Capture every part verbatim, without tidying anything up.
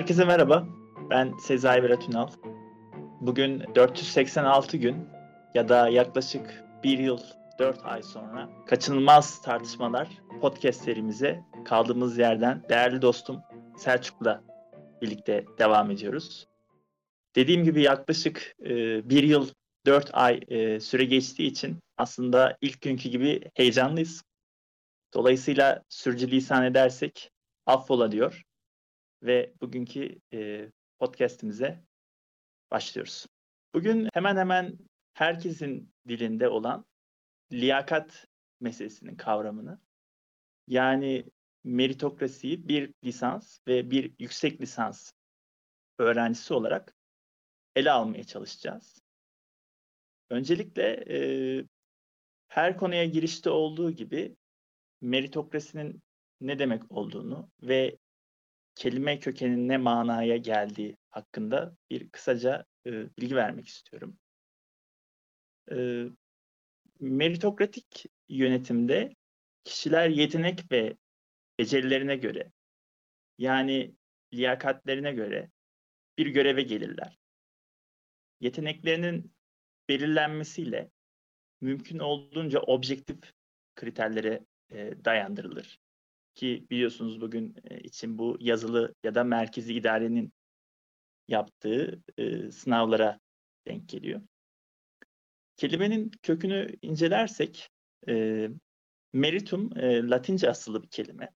Herkese merhaba. Ben Sezai Berat Ünal. Bugün dört yüz seksen altı gün ya da yaklaşık bir yıl dört ay sonra Kaçınılmaz Tartışmalar podcast serimize kaldığımız yerden değerli dostum Selçuk'la birlikte devam ediyoruz. Dediğim gibi yaklaşık e, bir yıl dört ay e, süre geçtiği için aslında ilk günkü gibi heyecanlıyız. Dolayısıyla sürçülisan edersek affola diyor ve bugünkü e, podcast'imize başlıyoruz. Bugün hemen hemen herkesin dilinde olan liyakat meselesinin kavramını, yani meritokrasiyi bir lisans ve bir yüksek lisans öğrencisi olarak ele almaya çalışacağız. Öncelikle e, her konuya girişte olduğu gibi meritokrasinin ne demek olduğunu ve kelime kökeninin ne manaya geldiği hakkında bir kısaca e, bilgi vermek istiyorum. E, meritokratik yönetimde kişiler yetenek ve becerilerine göre, yani liyakatlerine göre bir göreve gelirler. Yeteneklerinin belirlenmesiyle mümkün olduğunca objektif kriterlere e, dayandırılır. Ki biliyorsunuz bugün e, için bu yazılı ya da merkezi idarenin yaptığı e, sınavlara denk geliyor. Kelimenin kökünü incelersek, e, meritum e, Latince asıllı bir kelime.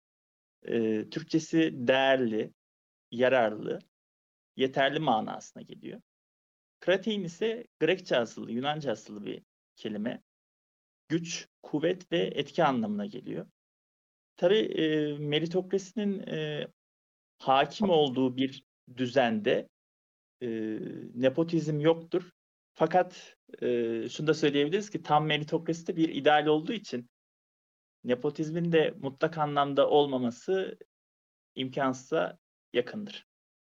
E, Türkçesi değerli, yararlı, yeterli manasına geliyor. Kratein ise Grekçe asıllı, Yunanca asıllı bir kelime. Güç, kuvvet ve etki anlamına geliyor. Tabii e, meritokrasinin e, hakim olduğu bir düzende e, nepotizm yoktur. Fakat e, şunu da söyleyebiliriz ki tam meritokrasi de bir ideal olduğu için nepotizmin de mutlak anlamda olmaması imkansıza yakındır.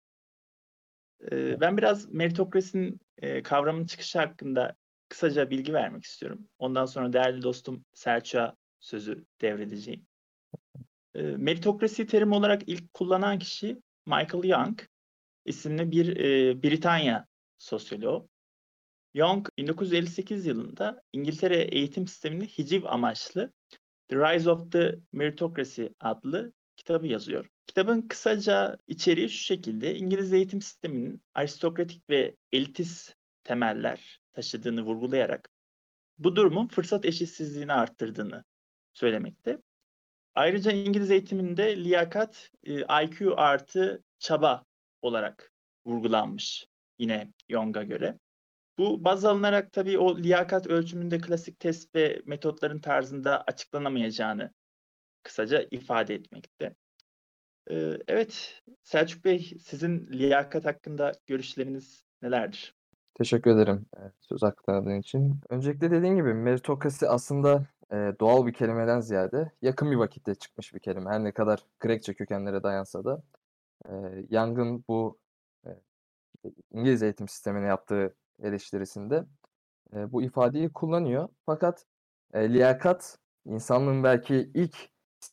E, ben biraz meritokrasinin e, kavramının çıkışı hakkında kısaca bilgi vermek istiyorum. Ondan sonra değerli dostum Selçuk'a sözü devredeceğim. E, meritokrasi terim olarak ilk kullanan kişi Michael Young isimli bir e, Britanya sosyoloğu. Young bin dokuz yüz elli sekiz yılında İngiltere eğitim sistemini hiciv amaçlı The Rise of the Meritocracy adlı kitabı yazıyor. Kitabın kısaca içeriği şu şekilde: İngiliz eğitim sisteminin aristokratik ve elitist temeller taşıdığını vurgulayarak bu durumun fırsat eşitsizliğini arttırdığını söylemekte. Ayrıca İngiliz eğitiminde liyakat I Q artı çaba olarak vurgulanmış yine Young'a göre. Bu baz alınarak tabii o liyakat ölçümünde klasik test ve metotların tarzında açıklanamayacağını kısaca ifade etmekte. Ee, evet, Selçuk Bey, sizin liyakat hakkında görüşleriniz nelerdir? Teşekkür ederim e, söz hakkı tanıdığın için. Öncelikle dediğin gibi meritokrasi aslında e, doğal bir kelimeden ziyade yakın bir vakitte çıkmış bir kelime. Her ne kadar Grekçe kökenlere dayansa da e, Young'ın bu e, İngiliz eğitim sistemine yaptığı eleştirisinde e, bu ifadeyi kullanıyor. Fakat e, liyakat insanlığın belki ilk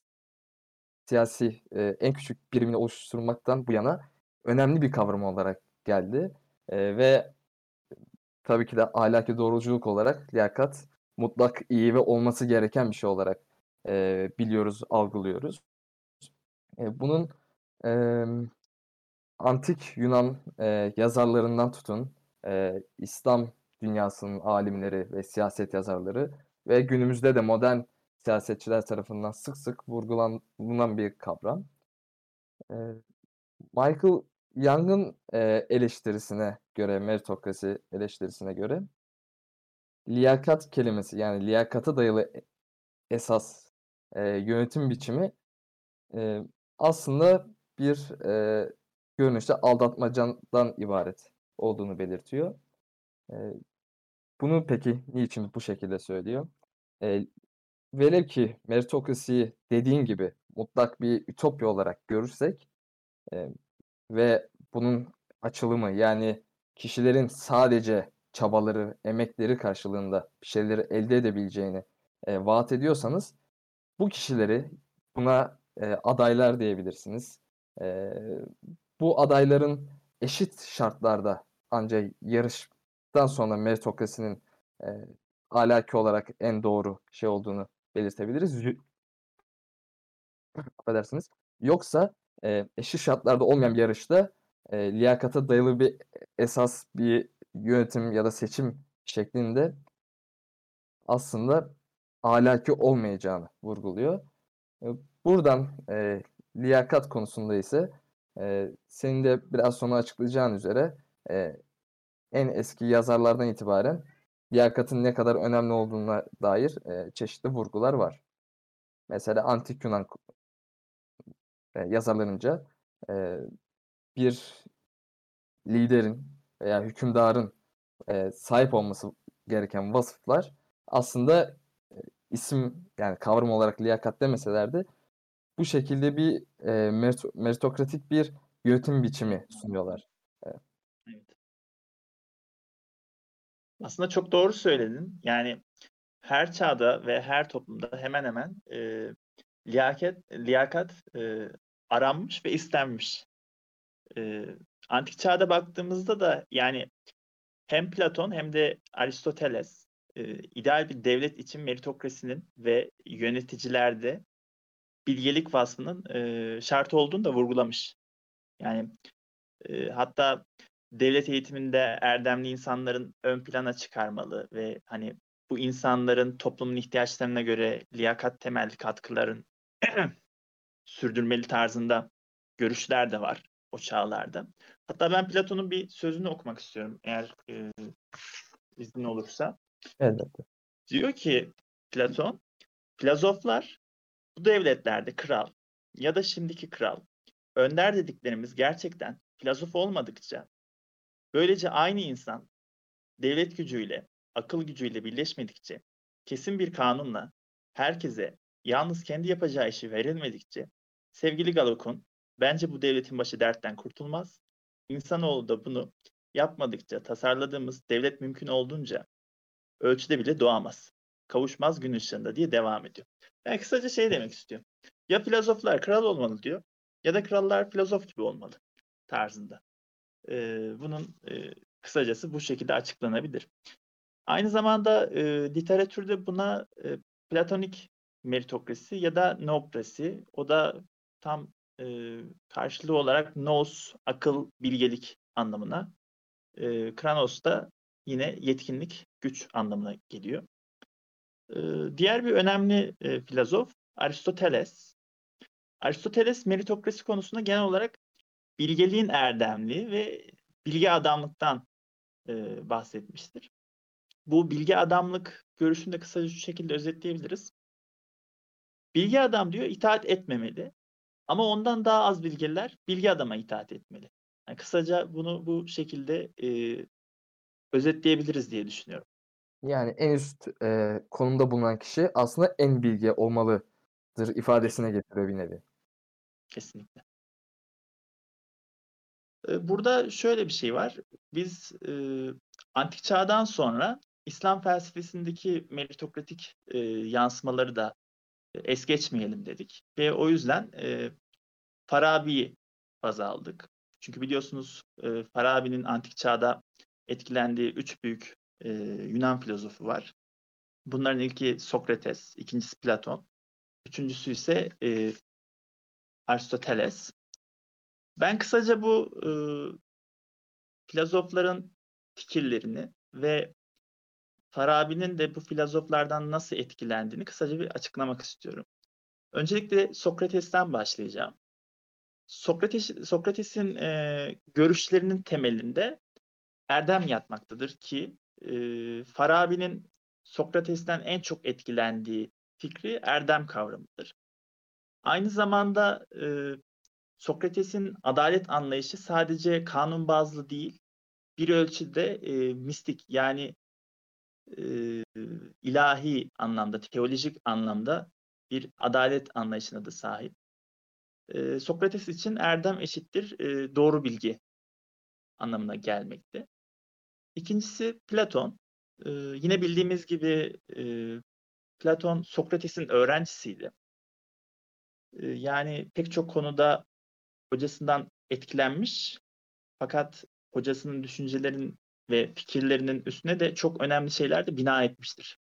siyasi e, en küçük birimini oluşturmaktan bu yana önemli bir kavram olarak geldi. E, ve tabii ki de ahlaki doğruculuk olarak liyakat mutlak iyi ve olması gereken bir şey olarak e, biliyoruz, algılıyoruz. E, bunun e, antik Yunan e, yazarlarından tutun, e, İslam dünyasının alimleri ve siyaset yazarları ve günümüzde de modern siyasetçiler tarafından sık sık vurgulanan bir kavram. E, Michael Young'ın e, eleştirisine göre, meritokrasi eleştirisine göre liyakat kelimesi, yani liyakata dayalı esas e, yönetim biçimi e, aslında bir e, görünüşte aldatmacadan ibaret olduğunu belirtiyor. E, bunu peki niçin bu şekilde söylüyor? E, velev ki meritokrasiyi dediğin gibi mutlak bir ütopya olarak görürsek e, ve bunun açılımı, yani kişilerin sadece çabaları, emekleri karşılığında bir şeyleri elde edebileceğini e, vaat ediyorsanız bu kişileri, buna e, adaylar diyebilirsiniz, e, bu adayların eşit şartlarda ancak yarıştan sonra meritokrasinin e, ahlaki olarak en doğru şey olduğunu belirtebiliriz. Y- Affedersiniz. Yoksa e, eşit şartlarda olmayan bir yarışta e, liyakata dayalı bir esas bir yönetim ya da seçim şeklinde aslında ahlaki olmayacağını vurguluyor. E, Buradan e, liyakat konusunda ise e, senin de biraz sonra açıklayacağın üzere e, en eski yazarlardan itibaren liyakatın ne kadar önemli olduğuna dair e, çeşitli vurgular var. Mesela Antik Yunan e, yazarlarınca e, bir liderin veya hükümdarın e, sahip olması gereken vasıflar aslında e, isim yani kavram olarak liyakat demeseler de bu şekilde bir e, merit- meritokratik bir yönetim biçimi sunuyorlar. Evet. Evet. Aslında çok doğru söyledin. Yani her çağda ve her toplumda hemen hemen e, liyakat, liyakat e, aranmış ve istenmiş. E, Antik çağda baktığımızda da yani hem Platon hem de Aristoteles e, ideal bir devlet için meritokrasinin ve yöneticilerde bilgelik vasfının e, şart olduğunu da vurgulamış. Yani e, hatta devlet eğitiminde erdemli insanların ön plana çıkarmalı ve hani bu insanların toplumun ihtiyaçlarına göre liyakat temelli katkıların sürdürmeli tarzında görüşler de var o çağlarda. Hatta ben Platon'un bir sözünü okumak istiyorum eğer e, iznin olursa. Elbette. Diyor ki Platon, filozoflar bu devletlerde kral ya da şimdiki kral, önder dediklerimiz gerçekten filozof olmadıkça, böylece aynı insan devlet gücüyle, akıl gücüyle birleşmedikçe, kesin bir kanunla herkese yalnız kendi yapacağı işi verilmedikçe, sevgili Galok'un, bence bu devletin başı dertten kurtulmaz. İnsanoğlu da bunu yapmadıkça tasarladığımız devlet mümkün olduğunca ölçüde bile doğamaz. Kavuşmaz gün ışığında diye devam ediyor. Yani kısaca şey demek istiyor. Ya filozoflar kral olmalı diyor ya da krallar filozof gibi olmalı tarzında. Ee, bunun e, kısacası bu şekilde açıklanabilir. Aynı zamanda e, literatürde buna e, platonik meritokrasi ya da nookrasi, o da tam e, karşılığı olarak nous, akıl, bilgelik anlamına. E, kranos da yine yetkinlik, güç anlamına geliyor. E, diğer bir önemli e, filozof Aristoteles. Aristoteles meritokrasi konusunda genel olarak bilgeliğin erdemliği ve bilgi adamlıktan e, bahsetmiştir. Bu bilgi adamlık görüşünü de kısaca şu şekilde özetleyebiliriz. Bilgi adam diyor itaat etmemeli ama ondan daha az bilgililer bilgi adama itaat etmeli. Yani kısaca bunu bu şekilde e, özetleyebiliriz diye düşünüyorum. Yani en üst e, konumda bulunan kişi aslında en bilge olmalıdır ifadesine getiriyor bir nevi. Kesinlikle. E, burada şöyle bir şey var. Biz e, antik çağdan sonra İslam felsefesindeki meritokratik e, yansımaları da es geçmeyelim dedik. Ve o yüzden e, Farabi'yi baz aldık. Çünkü biliyorsunuz e, Farabi'nin antik çağda etkilendiği üç büyük e, Yunan filozofu var. Bunların ilki Sokrates, ikincisi Platon, üçüncüsü ise e, Aristoteles. Ben kısaca bu e, filozofların fikirlerini ve Farabi'nin de bu filozoflardan nasıl etkilendiğini kısaca bir açıklamak istiyorum. Öncelikle Sokrates'ten başlayacağım. Sokrates, Sokrates'in e, görüşlerinin temelinde erdem yatmaktadır ki e, Farabi'nin Sokrates'ten en çok etkilendiği fikri erdem kavramıdır. Aynı zamanda e, Sokrates'in adalet anlayışı sadece kanun bazlı değil, bir ölçüde e, mistik yani e, ilahi anlamda, teolojik anlamda bir adalet anlayışına da sahip. E, Sokrates için erdem eşittir e, doğru bilgi anlamına gelmekte. İkincisi Platon. Ee, yine bildiğimiz gibi e, Platon Sokrates'in öğrencisiydi. Ee, yani pek çok konuda hocasından etkilenmiş. Fakat hocasının düşüncelerin ve fikirlerinin üstüne de çok önemli şeyler de bina etmiştir.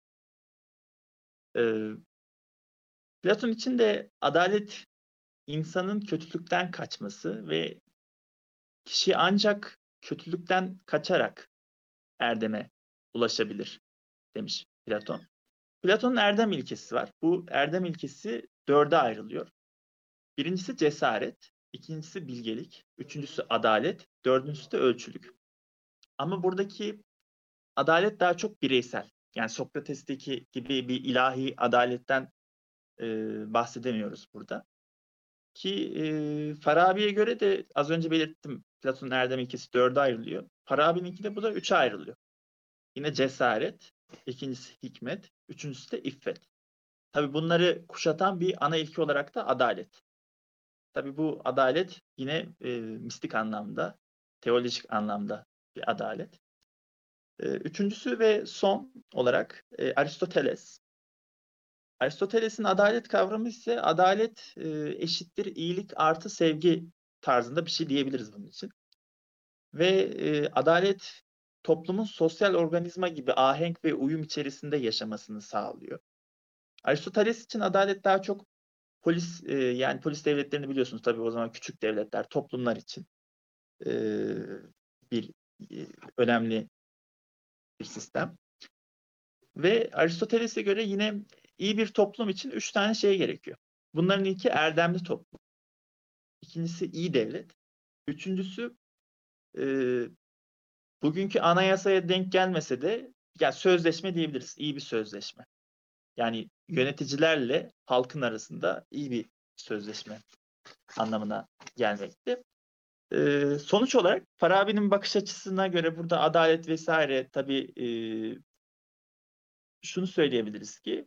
Ee, Platon için de adalet insanın kötülükten kaçması ve kişi ancak kötülükten kaçarak erdeme ulaşabilir demiş Platon. Platon'un erdem ilkesi var. Bu erdem ilkesi dörde ayrılıyor. Birincisi cesaret, ikincisi bilgelik, üçüncüsü adalet, dördüncüsü de ölçülük. Ama buradaki adalet daha çok bireysel. Yani Sokrates'teki gibi bir ilahi adaletten e, bahsedemiyoruz burada. Ki e, Farabi'ye göre de az önce belirttim, Platon'un erdem ilkesi dörde ayrılıyor. Farabi'ninki de bu da üçe ayrılıyor. Yine cesaret, ikincisi hikmet, üçüncüsü de iffet. Tabii bunları kuşatan bir ana ilke olarak da adalet. Tabii bu adalet yine e, mistik anlamda, teolojik anlamda bir adalet. E, üçüncüsü ve son olarak e, Aristoteles. Aristoteles'in adalet kavramı ise adalet e, eşittir iyilik artı sevgi tarzında bir şey diyebiliriz bunun için. Ve e, adalet toplumun sosyal organizma gibi ahenk ve uyum içerisinde yaşamasını sağlıyor. Aristoteles için adalet daha çok polis e, yani polis devletlerini biliyorsunuz tabii, o zaman küçük devletler, toplumlar için e, bir e, önemli bir sistem. Ve Aristoteles'e göre yine iyi bir toplum için üç tane şey gerekiyor. Bunların ilki erdemli toplum. İkincisi iyi devlet. Üçüncüsü e, bugünkü anayasaya denk gelmese de yani sözleşme diyebiliriz. İyi bir sözleşme. Yani yöneticilerle halkın arasında iyi bir sözleşme anlamına gelmekte. Ee, sonuç olarak Farabi'nin bakış açısına göre burada adalet vesaire tabii e, şunu söyleyebiliriz ki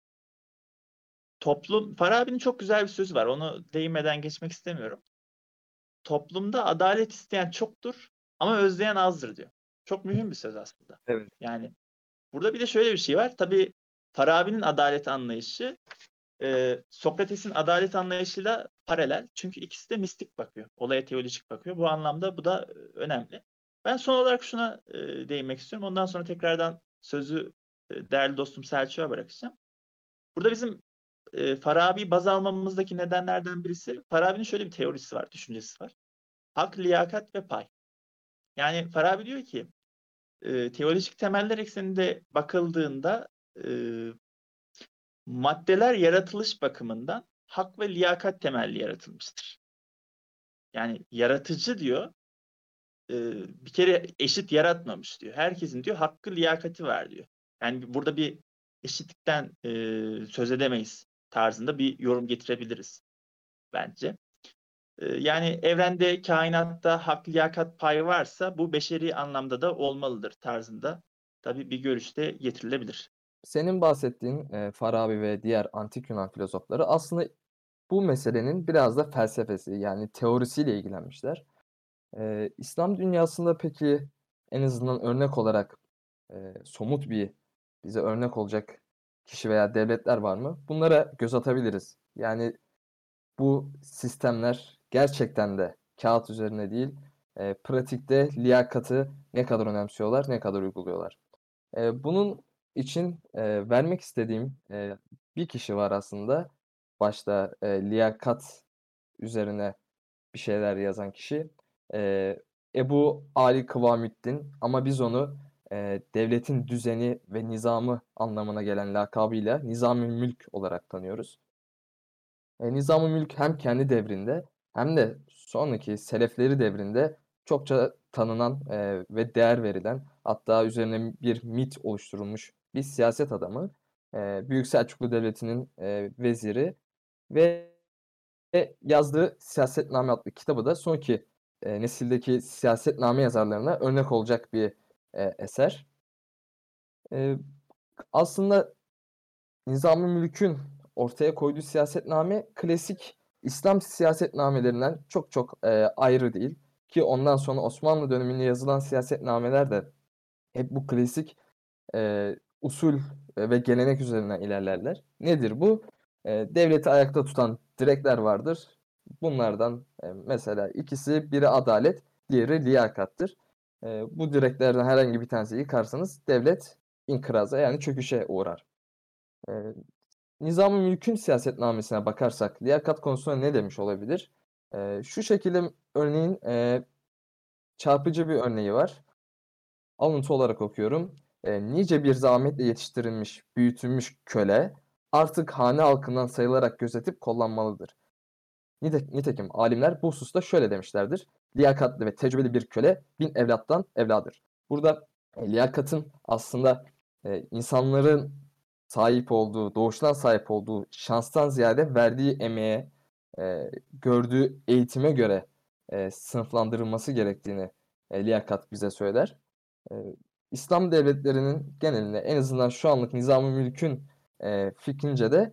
toplum, Farabi'nin çok güzel bir sözü var. Onu değinmeden geçmek istemiyorum. Toplumda adalet isteyen çoktur ama özleyen azdır diyor. Çok mühim bir söz aslında. Evet. Yani burada bir de şöyle bir şey var. Tabii Farabi'nin adalet anlayışı e, Sokrates'in adalet anlayışıyla paralel. Çünkü ikisi de mistik bakıyor. Olaya teolojik bakıyor. Bu anlamda bu da e, önemli. Ben son olarak şuna e, değinmek istiyorum. Ondan sonra tekrardan sözü e, değerli dostum Selçuk'a bırakacağım. Burada bizim e, Farabi baz almamızdaki nedenlerden birisi, Farabi'nin şöyle bir teorisi var, düşüncesi var. Hak, liyakat ve pay. Yani Farabi diyor ki e, teolojik temeller ekseninde bakıldığında e, maddeler yaratılış bakımından hak ve liyakat temelli yaratılmıştır. Yani yaratıcı diyor e, bir kere eşit yaratmamış diyor. Herkesin diyor hakkı, liyakati var diyor. Yani burada bir eşitlikten e, söz edemeyiz tarzında bir yorum getirebiliriz bence. E, yani evrende, kainatta hak, liyakat payı varsa bu beşeri anlamda da olmalıdır tarzında tabii bir görüşte getirilebilir. Senin bahsettiğin e, Farabi ve diğer antik Yunan filozofları aslında bu meselenin biraz da felsefesi yani teorisiyle ilgilenmişler. E, İslam dünyasında peki en azından örnek olarak e, somut bir bize örnek olacak kişi veya devletler var mı? Bunlara göz atabiliriz. Yani bu sistemler gerçekten de kağıt üzerine değil, e, pratikte liyakatı ne kadar önemsiyorlar, ne kadar uyguluyorlar. E, bunun için e, vermek istediğim e, bir kişi var aslında. Başta e, liyakat üzerine bir şeyler yazan kişi. E, Ebu Ali Kıvamettin ama biz onu e, devletin düzeni ve nizamı anlamına gelen lakabıyla Nizam-ı Mülk olarak tanıyoruz. E, Nizam-ı Mülk hem kendi devrinde hem de sonraki selefleri devrinde çokça tanınan e, ve değer verilen, hatta üzerine bir mit oluşturulmuş bir siyaset adamı. E, Büyük Selçuklu Devleti'nin e, veziri ve yazdığı Siyasetname adlı kitabı da sonraki e, nesildeki siyasetname yazarlarına örnek olacak bir e, eser. E, Aslında Nizam-ı Mülk'ün ortaya koyduğu siyasetname klasik İslam siyasetnamelerinden çok çok e, ayrı değil. Ki ondan sonra Osmanlı döneminde yazılan siyasetnameler de hep bu klasik e, usul e, ve gelenek üzerinden ilerlerler. Nedir bu? E, devleti ayakta tutan direkler vardır. Bunlardan e, mesela ikisi, biri adalet, diğeri liyakattır. E, bu direklerden herhangi bir tanesi yıkarsanız devlet inkıraza yani çöküşe uğrar. E, Nizam-ı Mülk'ün siyasetnamesine bakarsak liyakat konusunda ne demiş olabilir? E, şu şekilde örneğin e, çarpıcı bir örneği var. Alıntı olarak okuyorum. E, nice bir zahmetle yetiştirilmiş, büyütülmüş köle artık hane halkından sayılarak gözetip kullanmalıdır. Nite- Nitekim alimler bu hususta şöyle demişlerdir. Liyakatli ve tecrübeli bir köle bin evlattan evladır. Burada e, liyakatın aslında e, insanların sahip olduğu, doğuştan sahip olduğu şanstan ziyade verdiği emeğe, e, gördüğü eğitime göre e, sınıflandırılması gerektiğini e, liyakat bize söyler. E, İslam devletlerinin genelinde en azından şu anlık Nizam-ı Mülk'ün e, fikrince de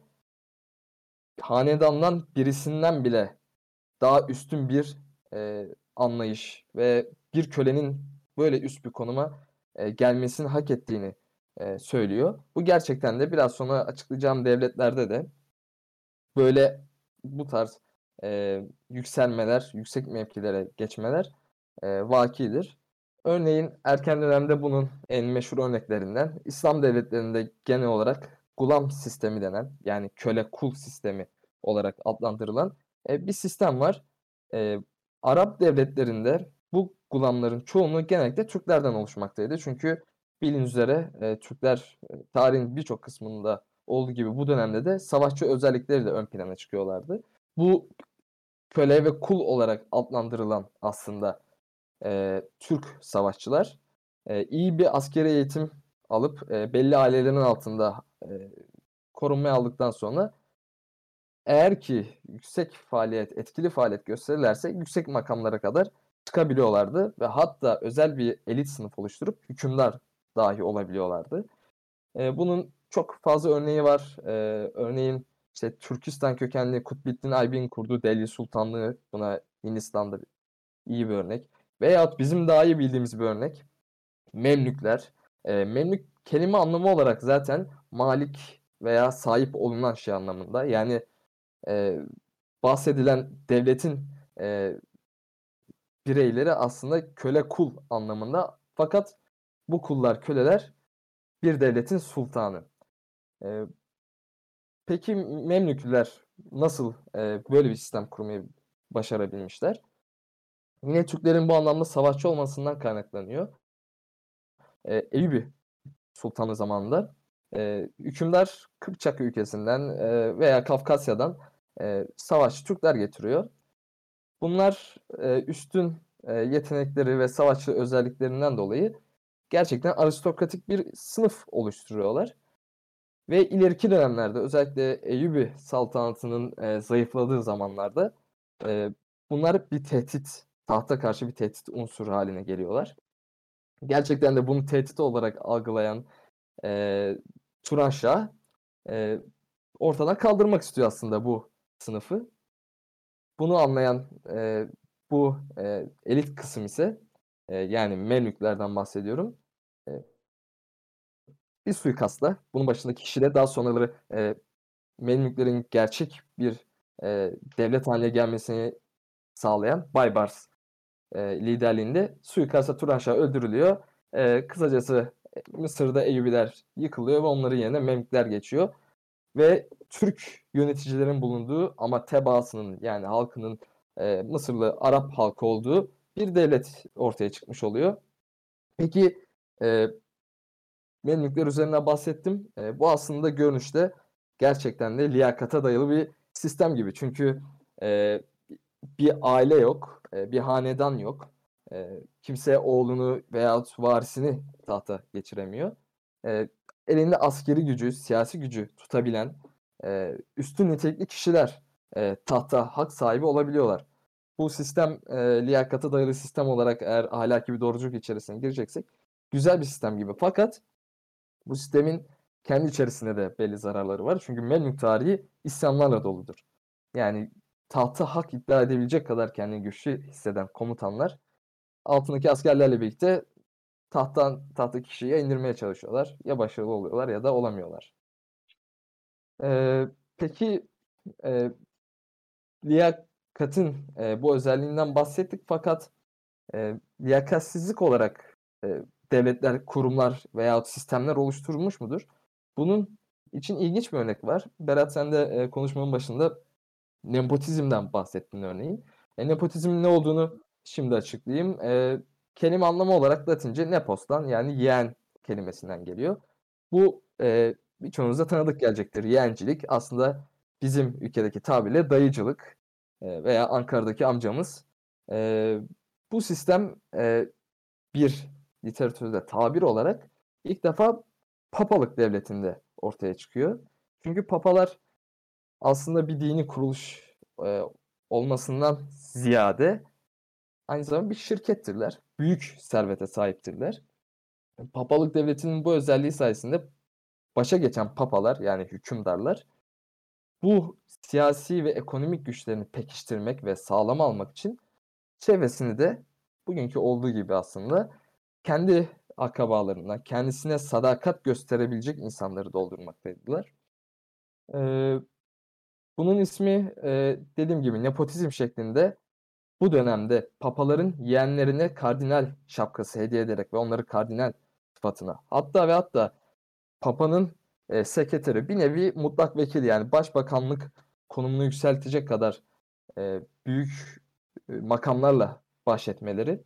hanedandan birisinden bile daha üstün bir e, anlayış ve bir kölenin böyle üst bir konuma e, gelmesini hak ettiğini e, söylüyor. Bu gerçekten de biraz sonra açıklayacağım devletlerde de böyle bu tarz e, yükselmeler, yüksek mevkilere geçmeler e, vakidir. Örneğin erken dönemde bunun en meşhur örneklerinden İslam devletlerinde genel olarak gulam sistemi denen yani köle kul sistemi olarak adlandırılan e, bir sistem var. E, Arap devletlerinde bu gulamların çoğunluğu genellikle Türklerden oluşmaktaydı. Çünkü bildiğiniz üzere e, Türkler e, tarihin birçok kısmında olduğu gibi bu dönemde de savaşçı özellikleri de ön plana çıkıyorlardı. Bu köle ve kul olarak adlandırılan aslında e, Türk savaşçılar e, iyi bir askeri eğitim alıp e, belli ailelerin altında e, korunmaya aldıktan sonra eğer ki yüksek faaliyet, etkili faaliyet gösterirlerse yüksek makamlara kadar çıkabiliyorlardı ve hatta özel bir elit sınıf oluşturup hükümdar dahi olabiliyorlardı. E, bunun çok fazla örneği var. E, örneğin işte Türkistan kökenli Kutbettin Aybek'in kurduğu Delhi Sultanlığı buna Hindistan'da iyi bir örnek. Veyahut bizim daha iyi bildiğimiz bir örnek Memlükler. E, Memlük kelime anlamı olarak zaten malik veya sahip olunan şey anlamında. Yani e, bahsedilen devletin e, bireyleri aslında köle kul anlamında. Fakat bu kullar, köleler bir devletin sultanı. E, Peki Memlükliler nasıl e, böyle bir sistem kurmayı başarabilmişler? Yine Türklerin bu anlamda savaşçı olmasından kaynaklanıyor. E, Eyüp'ü Sultanı zamanında e, hükümdar Kıpçak ülkesinden e, veya Kafkasya'dan e, savaşçı Türkler getiriyor. Bunlar e, üstün e, yetenekleri ve savaşçı özelliklerinden dolayı gerçekten aristokratik bir sınıf oluşturuyorlar. Ve ileriki dönemlerde özellikle Eyyubi saltanatının e, zayıfladığı zamanlarda e, bunlar bir tehdit, tahta karşı bir tehdit unsuru haline geliyorlar. Gerçekten de bunu tehdit olarak algılayan e, Turan Şah e, ortadan kaldırmak istiyor aslında bu sınıfı. Bunu anlayan e, bu e, elit kısım ise e, yani Memlüklerden bahsediyorum. E, Bir suikastla bunun başındaki kişi de daha sonraları e, Memlüklerin gerçek bir e, devlet haline gelmesini sağlayan Baybars e, liderliğinde suikasta Turanşah öldürülüyor. E, kısacası Mısır'da Eyyubiler yıkılıyor ve onların yerine Memlükler geçiyor. Ve Türk yöneticilerin bulunduğu ama tebaasının yani halkının e, Mısırlı Arap halkı olduğu bir devlet ortaya çıkmış oluyor. Peki e, Memlükler üzerine bahsettim. E, bu aslında görünüşte gerçekten de liyakata dayalı bir sistem gibi. Çünkü e, bir aile yok, e, bir hanedan yok. E, kimse oğlunu veyahut varisini tahta geçiremiyor. E, Elinde askeri gücü, siyasi gücü tutabilen e, üstün nitelikli kişiler e, tahta hak sahibi olabiliyorlar. Bu sistem e, liyakata dayalı sistem olarak eğer ahlaki bir doğruculuk içerisine gireceksek güzel bir sistem gibi. Fakat bu sistemin kendi içerisinde de belli zararları var. Çünkü Memlük tarihi isyanlarla doludur. Yani tahta hak iddia edebilecek kadar kendini güçlü hisseden komutanlar altındaki askerlerle birlikte tahttan tahtaki kişiyi indirmeye çalışıyorlar. Ya başarılı oluyorlar ya da olamıyorlar. Ee, peki e, liyakatın e, bu özelliğinden bahsettik fakat e, liyakatsizlik olarak e, devletler, kurumlar veyahut sistemler oluşturulmuş mudur? Bunun için ilginç bir örnek var. Berat, sen de e, konuşmanın başında nepotizmden bahsettin örneğin. E, nepotizmin ne olduğunu şimdi açıklayayım. E, kelime anlamı olarak Latince nepos'tan, yani yeğen kelimesinden geliyor. Bu e, birçoğunuza tanıdık gelecektir. Yeğencilik aslında bizim ülkedeki tabirle dayıcılık e, veya Ankara'daki amcamız. E, Bu sistem e, bir literatürde tabir olarak ilk defa papalık devletinde ortaya çıkıyor. Çünkü papalar aslında bir dini kuruluş e, olmasından ziyade aynı zamanda bir şirkettirler. Büyük servete sahiptirler. Papalık devletinin bu özelliği sayesinde başa geçen papalar, yani hükümdarlar, bu siyasi ve ekonomik güçlerini pekiştirmek ve sağlam almak için çevresini de bugünkü olduğu gibi aslında kendi akrabalarından, kendisine sadakat gösterebilecek insanları doldurmaktaydılar. Ee, Bunun ismi e, dediğim gibi nepotizm şeklinde bu dönemde papaların yeğenlerine kardinal şapkası hediye ederek ve onları kardinal sıfatına, hatta ve hatta papanın e, sekreteri, bir nevi mutlak vekil, yani başbakanlık konumunu yükseltecek kadar e, büyük e, makamlarla bahşetmeleri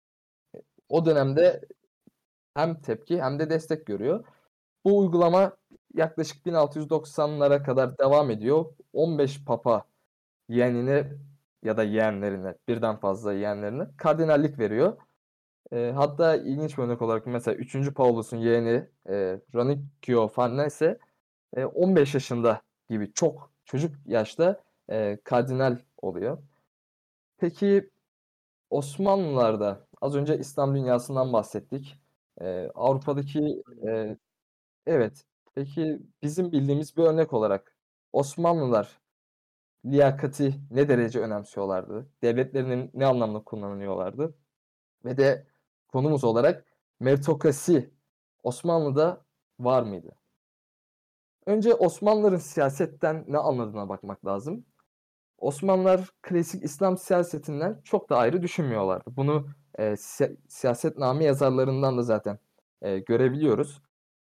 o dönemde hem tepki hem de destek görüyor. Bu uygulama yaklaşık bin altı yüz doksanlara kadar devam ediyor. on beş papa yeğenine ya da yeğenlerine, birden fazla yeğenlerine kardinallik veriyor. E, hatta ilginç bir örnek olarak mesela üçüncü Paulus'un yeğeni e, Rannicchio Farnese e, on beş yaşında gibi çok çocuk yaşta e, kardinal oluyor. Peki Osmanlılar'da az önce İslam dünyasından bahsettik. E, Avrupa'daki e, evet. Peki bizim bildiğimiz bir örnek olarak Osmanlılar liyakati ne derece önemsiyorlardı? Devletlerinin ne anlamda kullanıyorlardı? Ve de konumuz olarak meritokrasi Osmanlı'da var mıydı? Önce Osmanlıların siyasetten ne anladığına bakmak lazım. Osmanlılar klasik İslam siyasetinden çok da ayrı düşünmüyorlardı. Bunu e, si- siyasetname yazarlarından da zaten e, görebiliyoruz.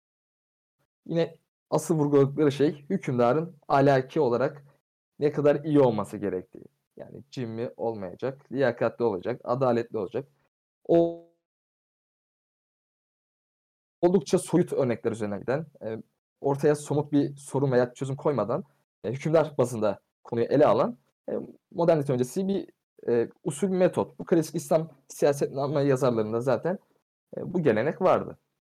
Yine asıl vurguladıkları şey hükümdarın ahlaki olarak ne kadar iyi olması gerektiği. Yani cimri olmayacak, liyakatli olacak, adaletli olacak. O oldukça soyut örnekler üzerinden giden, e, ortaya somut bir sorun veya çözüm koymadan e, hükümdar bazında konuyu ele alan e, modernite öncesi bir e, usul metot. Bu klasik İslam siyasetname yazarlarında zaten e, bu gelenek vardı.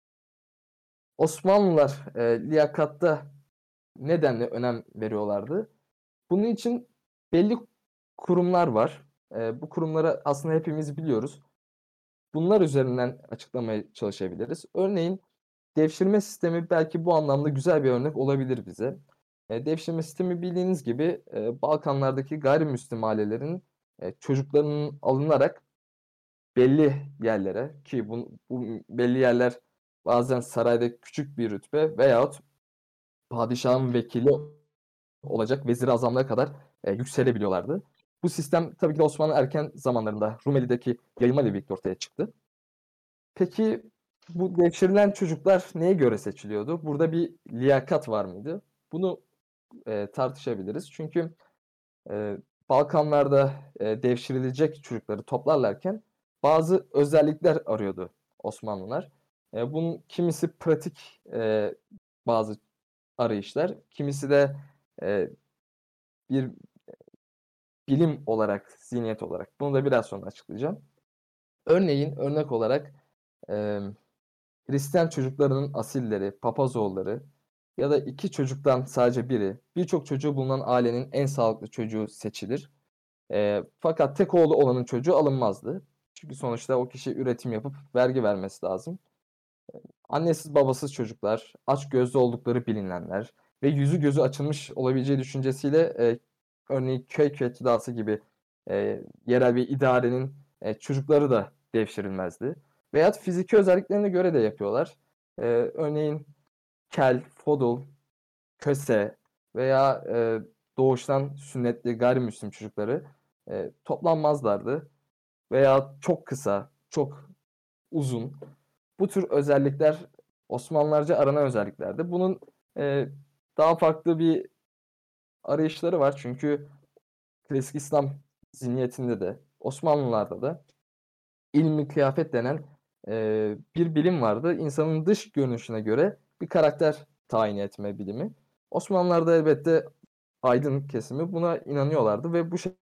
Osmanlılar e, liyakatta nedenle önem veriyorlardı? Bunun için belli kurumlar var. E, bu kurumları aslında hepimiz biliyoruz. Bunlar üzerinden açıklamaya çalışabiliriz. Örneğin devşirme sistemi belki bu anlamda güzel bir örnek olabilir bize. E, devşirme sistemi bildiğiniz gibi e, Balkanlardaki gayrimüslim ailelerin e, çocuklarının alınarak belli yerlere, ki bu, bu belli yerler bazen sarayda küçük bir rütbe veyahut padişahın vekili olacak vezir-i azamlara kadar e, yükselebiliyorlardı. Bu sistem tabii ki de Osmanlı erken zamanlarında Rumeli'deki yayılma ile birlikte ortaya çıktı. Peki bu devşirilen çocuklar neye göre seçiliyordu? Burada bir liyakat var mıydı? Bunu e, tartışabiliriz. Çünkü e, Balkanlarda e, devşirilecek çocukları toplarlarken bazı özellikler arıyordu Osmanlılar. E, bunun kimisi pratik e, bazı arayışlar, kimisi de e, bir bilim olarak, zihniyet olarak. Bunu da biraz sonra açıklayacağım. Örneğin örnek olarak e, Hristiyan çocuklarının asilleri, papazoğulları ya da iki çocuktan sadece biri, birçok çocuğu bulunan ailenin en sağlıklı çocuğu seçilir. E, fakat tek oğlu olanın çocuğu alınmazdı. Çünkü sonuçta o kişi üretim yapıp vergi vermesi lazım. Annesiz babasız çocuklar, aç gözlü oldukları bilinenler ve yüzü gözü açılmış olabileceği düşüncesiyle e, örneğin köy küvetçidası gibi e, yerel bir idarenin e, çocukları da devşirilmezdi. Veyahut fiziki özelliklerine göre de yapıyorlar. E, örneğin kel, fodul, köse veya e, doğuştan sünnetli gayrimüslim çocukları e, toplanmazlardı veya çok kısa, çok uzun. Bu tür özellikler Osmanlılarca aranan özelliklerdi. Bunun e, daha farklı bir arayışları var. Çünkü klasik İslam zihniyetinde de Osmanlılarda da ilmi kıyafet denen e, bir bilim vardı. İnsanın dış görünüşüne göre bir karakter tayin etme bilimi. Osmanlılarda elbette aydın kesimi buna inanıyorlardı ve bu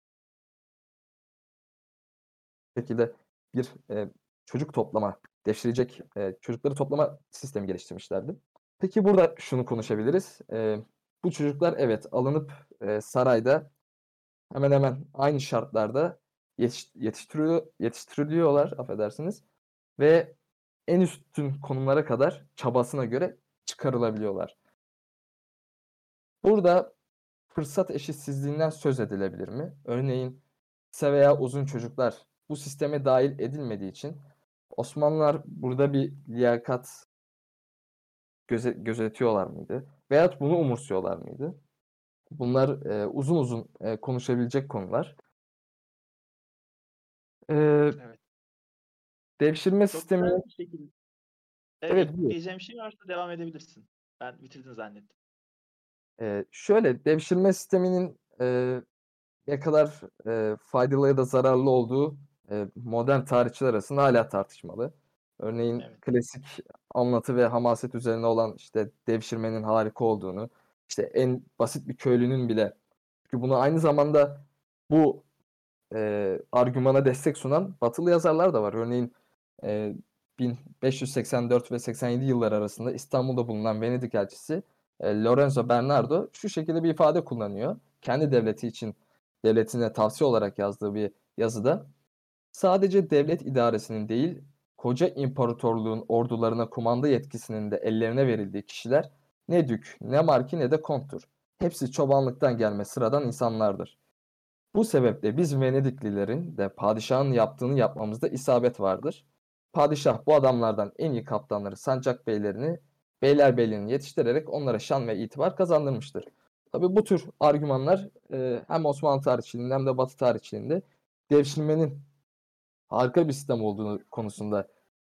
şekilde bir e, çocuk toplama, devşirecek e, çocukları toplama sistemi geliştirmişlerdi. Peki burada şunu konuşabiliriz. E, bu çocuklar evet alınıp e, sarayda hemen hemen aynı şartlarda yetiş, yetiştiriliyor, yetiştiriliyorlar, affedersiniz. Ve en üstün konumlara kadar çabasına göre çıkarılabiliyorlar. Burada fırsat eşitsizliğinden söz edilebilir mi? Örneğin kısa veya uzun çocuklar bu sisteme dahil edilmediği için Osmanlılar burada bir liyakat göze, gözetiyorlar mıydı? Veyahut bunu umursuyorlar mıydı? Bunlar e, uzun uzun e, konuşabilecek konular. E, Evet. devşirme Çok sistemi... güzel bir şekilde. Evet, Evet, buyur. ekleyeceğim şey varsa devam edebilirsin. Ben bitirdin zannettim. E, şöyle, devşirme sisteminin e, ne kadar e, faydalı ya da zararlı olduğu e, modern tarihçiler arasında hala tartışmalı. Örneğin Evet. klasik anlatı ve hamaset üzerine olan işte devşirmenin harika olduğunu, işte en basit bir köylünün bile, çünkü bunu aynı zamanda bu e, argümana destek sunan batılı yazarlar da var. Örneğin e, bin beş yüz seksen dört ve seksen yedi yıllar arasında İstanbul'da bulunan Venedik elçisi e, Lorenzo Bernardo şu şekilde bir ifade kullanıyor. Kendi devleti için devletine tavsiye olarak yazdığı bir yazıda, sadece devlet idaresinin değil, koca imparatorluğun ordularına kumanda yetkisinin de ellerine verildiği kişiler ne dük, ne marki ne de konttur. Hepsi çobanlıktan gelme sıradan insanlardır. Bu sebeple biz Venediklilerin de padişahın yaptığını yapmamızda isabet vardır. Padişah bu adamlardan en iyi kaptanları, sancak beylerini, beylerbeyliğini yetiştirerek onlara şan ve itibar kazandırmıştır. Tabii bu tür argümanlar e, hem Osmanlı tarihçiliğinde hem de Batı tarihçiliğinde devşirmenin harika bir sistem olduğunu konusunda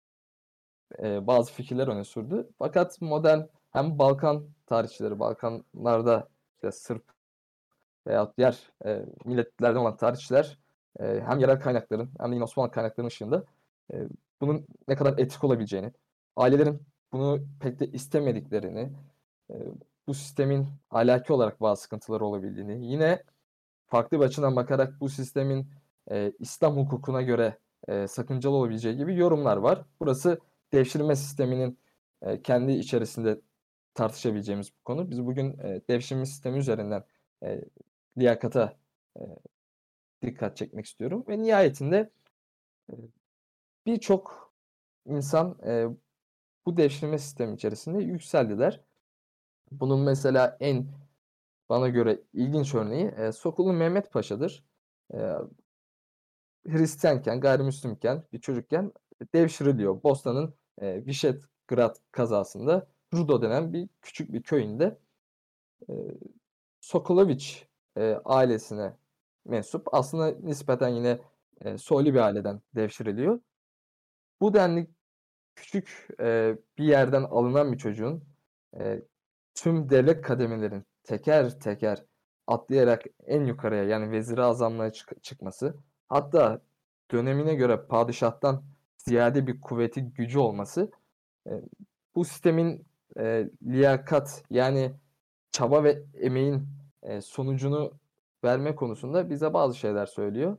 e, bazı fikirler öne sürdü. Fakat modern hem Balkan tarihçileri, Balkanlarda işte Sırp veyahut diğer e, milletlerden olan tarihçiler e, hem yerel kaynakların hem de yine Osmanlı kaynaklarının ışığında e, bunun ne kadar etik olabileceğini, ailelerin bunu pek de istemediklerini, e, bu sistemin ahlaki olarak bazı sıkıntıları olabildiğini, yine farklı bir açıdan bakarak bu sistemin e, İslam hukukuna göre e, sakıncalı olabileceği gibi yorumlar var. Burası devşirme sisteminin e, kendi içerisinde tartışabileceğimiz bir konu. Biz bugün e, devşirme sistemi üzerinden e, liyakata e, dikkat çekmek istiyorum ve nihayetinde e, birçok insan e, bu devşirme sistemi içerisinde yükseldiler. Bunun mesela en bana göre ilginç örneği e, Sokulu Mehmet Paşa'dır. E, Hristiyanken, gayrimüslimken, bir çocukken devşiriliyor. Bosna'nın e, Visegrad kazasında Rudo denen bir küçük bir köyünde e, Sokoloviç e, ailesine mensup. Aslında nispeten yine e, soylu bir aileden devşiriliyor. Bu denli küçük e, bir yerden alınan bir çocuğun e, tüm devlet kademelerin teker teker atlayarak en yukarıya, yani vezir-i azamlığa çık- çıkması, hatta dönemine göre padişahtan ziyade bir kuvveti, gücü olması e, bu sistemin e, liyakat, yani çaba ve emeğin e, sonucunu verme konusunda bize bazı şeyler söylüyor.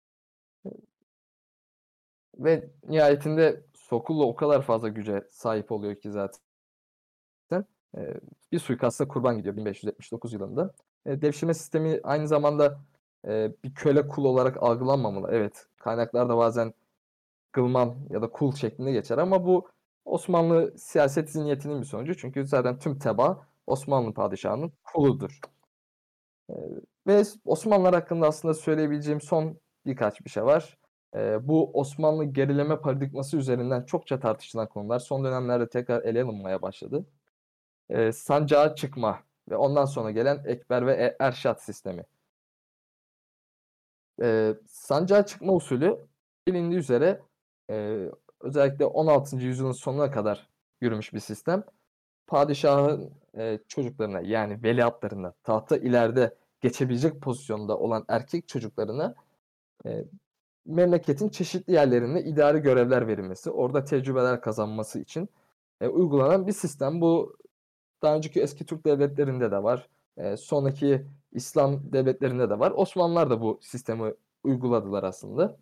Ve nihayetinde Sokullu o kadar fazla güce sahip oluyor ki zaten e, bir suikasta kurban gidiyor bin beş yüz yetmiş dokuz yılında. E, devşirme sistemi aynı zamanda e, bir köle kul olarak algılanmamalı. Evet, kaynaklarda bazen Gılman ya da kul şeklinde geçer ama bu Osmanlı siyaset zihniyetinin bir sonucu. Çünkü zaten tüm tebaa Osmanlı padişahının kuludur. E, ve Osmanlılar hakkında aslında söyleyebileceğim son birkaç bir şey var. E, bu Osmanlı gerileme paradigması üzerinden çokça tartışılan konular son dönemlerde tekrar ele alınmaya başladı. E, sancağa çıkma ve ondan sonra gelen Ekber ve E- Erşat sistemi. Eee, sancağa çıkma usulü bilindiği üzere, eee, özellikle on altıncı yüzyılın sonuna kadar yürümüş bir sistem. Padişahın, eee, çocuklarına yani veliahtlarına, tahta ileride geçebilecek pozisyonda olan erkek çocuklarına, eee, memleketin çeşitli yerlerinde idari görevler verilmesi, orada tecrübeler kazanması için, eee, uygulanan bir sistem. Bu daha önceki eski Türk devletlerinde de var. Eee, sonraki İslam devletlerinde de var. Osmanlılar da bu sistemi uyguladılar aslında.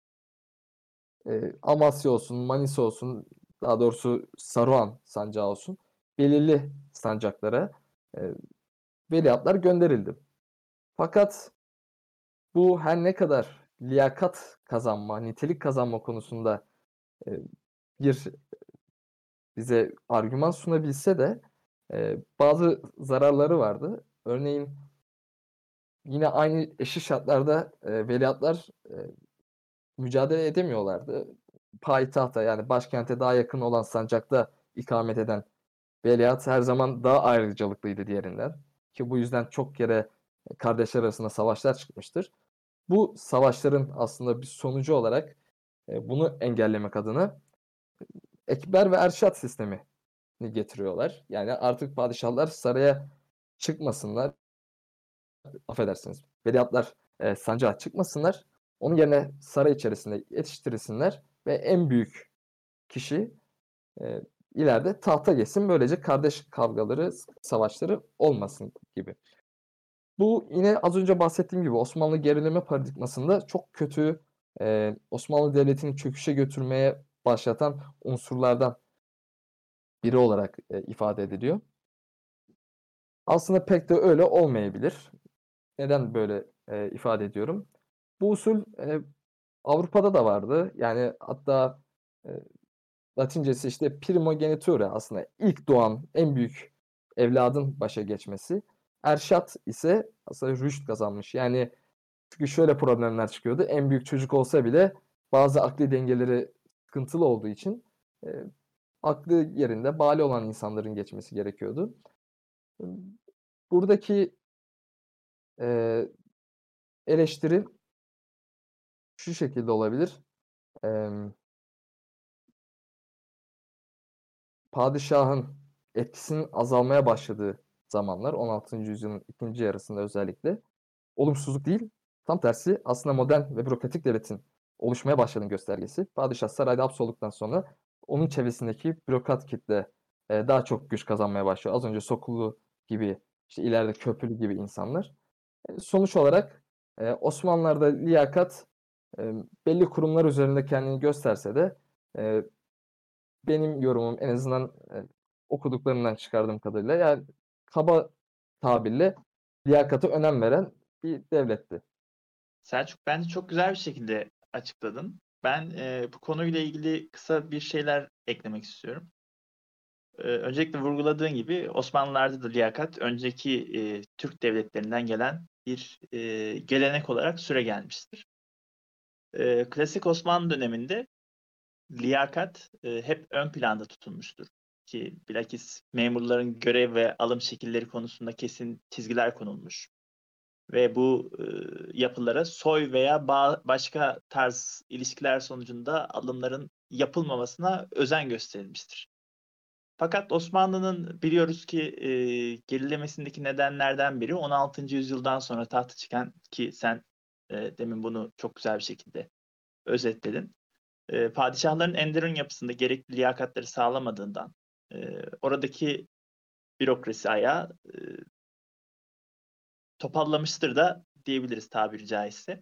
Eee, Amasya olsun, Manisa olsun, daha doğrusu Saruhan sancağı olsun, belirli sancaklara, eee, veliahtlar gönderildi. Fakat bu her ne kadar liyakat kazanma, nitelik kazanma konusunda, eee, bir bize argüman sunabilse de, eee, bazı zararları vardı. Örneğin yine aynı eşit şartlarda, eee, veliahtlar, eee, mücadele edemiyorlardı. Payitahta, yani başkente daha yakın olan sancakta ikamet eden veliaht her zaman daha ayrıcalıklıydı diğerinden ki bu yüzden çok kere, eee, kardeşler arasında savaşlar çıkmıştır. Bu savaşların aslında bir sonucu olarak, eee, bunu engellemek adına ekber ve erşat sistemini getiriyorlar. Yani artık padişahlar saraya çıkmasınlar, affedersiniz, veliahtlar, eee, sancağa çıkmasınlar. Onun yerine saray içerisinde yetiştirilsinler ve en büyük kişi, eee, ileride tahta geçsin. Böylece kardeş kavgaları, s savaşları olmasın gibi. Bu yine az önce bahsettiğim gibi Osmanlı gerileme paradigmasında çok kötü, eee, Osmanlı Devleti'ni çöküşe götürmeye başlatan unsurlardan biri olarak, eee, ifade ediliyor. Aslında pek de öyle olmayabilir. Neden böyle, eee, ifade ediyorum? Bu usul, eee, Avrupa'da da vardı. Yani hatta, eee, Latincesi, işte, primogenitura aslında ilk doğan en büyük evladın başa geçmesi. Erşat ise aslında rüşt kazanmış. Yani çünkü şöyle problemler çıkıyordu. En büyük çocuk olsa bile bazı akli dengeleri sıkıntılı olduğu için, eee, aklı yerinde bâli olan insanların geçmesi gerekiyordu. Imm, buradaki, eee, eleştiri şu şekilde olabilir. Emm Padişahın etkisinin azalmaya başladığı zamanlar on altıncı yüzyılın ikinci yarısında özellikle olumsuzluk değil, tam tersi aslında modern ve bürokratik devletin oluşmaya başladığının göstergesi. Padişah sarayda hapsolduktan sonra onun çevresindeki bürokrat kitle, eee, daha çok güç kazanmaya başlıyor. Az önce Sokullu gibi, işte, ileride Köprülü gibi insanlar. Eee, sonuç olarak, eee, Osmanlılar'da liyakat, emm, belli kurumlar üzerinde kendini gösterse de, eee benim yorumum en azından, eee, okuduklarımdan çıkardığım kadarıyla, yani, kaba tabirle liyakata önem veren bir devletti. Selçuk, bence çok güzel bir şekilde açıkladın. Ben e, bu konuyla ilgili kısa bir şeyler eklemek istiyorum. E, öncelikle vurguladığın gibi Osmanlılar'da da liyakat önceki e, Türk devletlerinden gelen bir e, gelenek olarak süregelmiştir. E, klasik Osmanlı döneminde liyakat e, hep ön planda tutulmuştur. Ki bilakis memurların görev ve alım şekilleri konusunda kesin çizgiler konulmuş. Ve bu e, yapılara soy veya ba- başka tarz ilişkiler sonucunda alımların yapılmamasına özen gösterilmiştir. Fakat Osmanlı'nın biliyoruz ki e, gerilemesindeki nedenlerden biri on altıncı yüzyıldan sonra tahta çıkan ki sen e, demin bunu çok güzel bir şekilde özetledin. E, padişahların Enderun yapısında gerekli liyakatleri sağlamadığından e, oradaki bürokrasi ayağı e, topallamıştır da diyebiliriz tabiri caizse.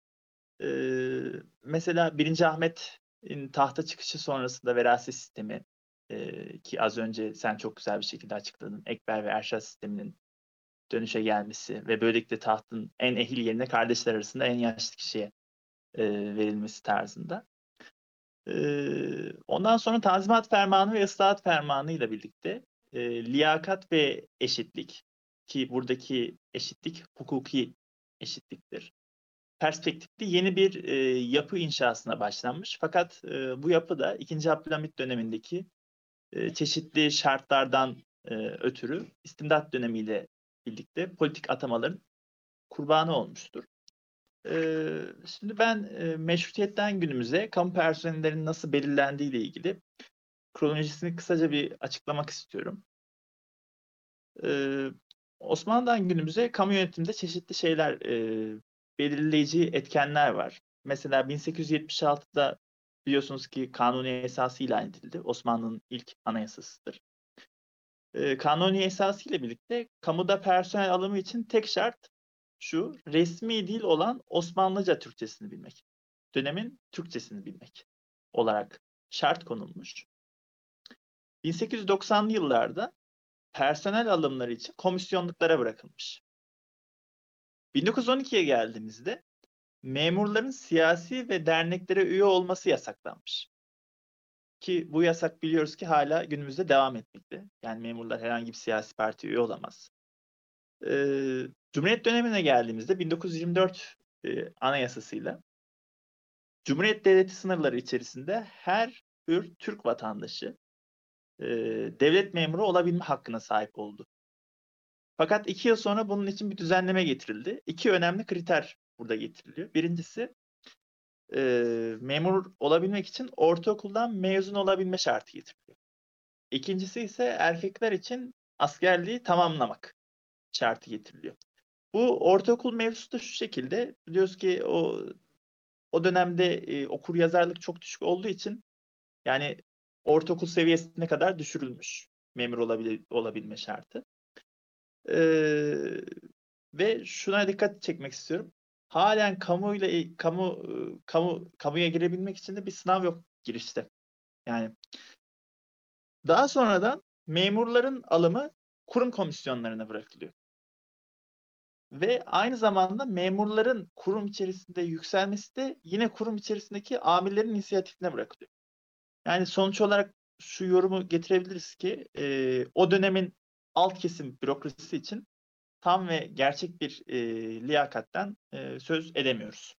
Ee, mesela birinci Ahmet'in tahta çıkışı sonrasında veraset sistemi e, ki az önce sen çok güzel bir şekilde açıkladın. Ekber ve Erşat sisteminin dönüşe gelmesi ve böylelikle tahtın en ehil yerine kardeşler arasında en yaşlı kişiye e, verilmesi tarzında. Ee, ondan sonra Tanzimat Fermanı ve Islahat Fermanı ile birlikte e, liyakat ve eşitlik ki buradaki eşitlik hukuki eşitliktir perspektifli yeni bir e, yapı inşasına başlanmış. Fakat e, bu yapı da ikinci. Abdülhamit dönemindeki e, çeşitli şartlardan e, ötürü istimdat dönemiyle birlikte politik atamaların kurbanı olmuştur. Ee, şimdi ben e, meşrutiyetten günümüze kamu personellerinin nasıl belirlendiği ile ilgili kronolojisini kısaca bir açıklamak istiyorum. Ee, Osmanlı'dan günümüze kamu yönetiminde çeşitli şeyler, e, belirleyici etkenler var. Mesela bin sekiz yüz yetmiş altıda biliyorsunuz ki Kanuni Esası ilan edildi. Osmanlı'nın ilk anayasasıdır. Ee, Kanuni Esası ile birlikte kamuda personel alımı için tek şart şu: resmi dil olan Osmanlıca Türkçesini bilmek. Dönemin Türkçesini bilmek olarak şart konulmuş. bin sekiz yüz doksanlı yıllarda personel alımları için komisyonluklara bırakılmış. bin dokuz yüz on ikiye geldiğimizde memurların siyasi ve derneklere üye olması yasaklanmış. Ki bu yasak biliyoruz ki hala günümüzde devam etmekte. Yani memurlar herhangi bir siyasi partiye üye olamaz. Ee, Cumhuriyet dönemine geldiğimizde bin dokuz yüz yirmi dört e, Anayasası'yla Cumhuriyet Devleti sınırları içerisinde her bir Türk vatandaşı e, devlet memuru olabilme hakkına sahip oldu. Fakat iki yıl sonra bunun için bir düzenleme getirildi. İki önemli kriter burada getiriliyor. Birincisi, e, memur olabilmek için ortaokuldan mezun olabilme şartı getiriliyor. İkincisi ise erkekler için askerliği tamamlamak şartı getiriliyor. Bu ortaokul mevzusu da şu şekilde. Biliyoruz ki o o dönemde e, okur yazarlık çok düşük olduğu için yani ortaokul seviyesine kadar düşürülmüş memur olabil, olabilme şartı. Ee, Ve şuna dikkat çekmek istiyorum. Halen kamuyla kamu kamu kamuya girebilmek için de bir sınav yok girişte. Yani daha sonradan memurların alımı kurum komisyonlarına bırakılıyor. Ve aynı zamanda memurların kurum içerisinde yükselmesi de yine kurum içerisindeki amirlerin inisiyatifine bırakılıyor. Yani sonuç olarak şu yorumu getirebiliriz ki e, o dönemin alt kesim bürokrasisi için tam ve gerçek bir e, liyakatten e, söz edemiyoruz.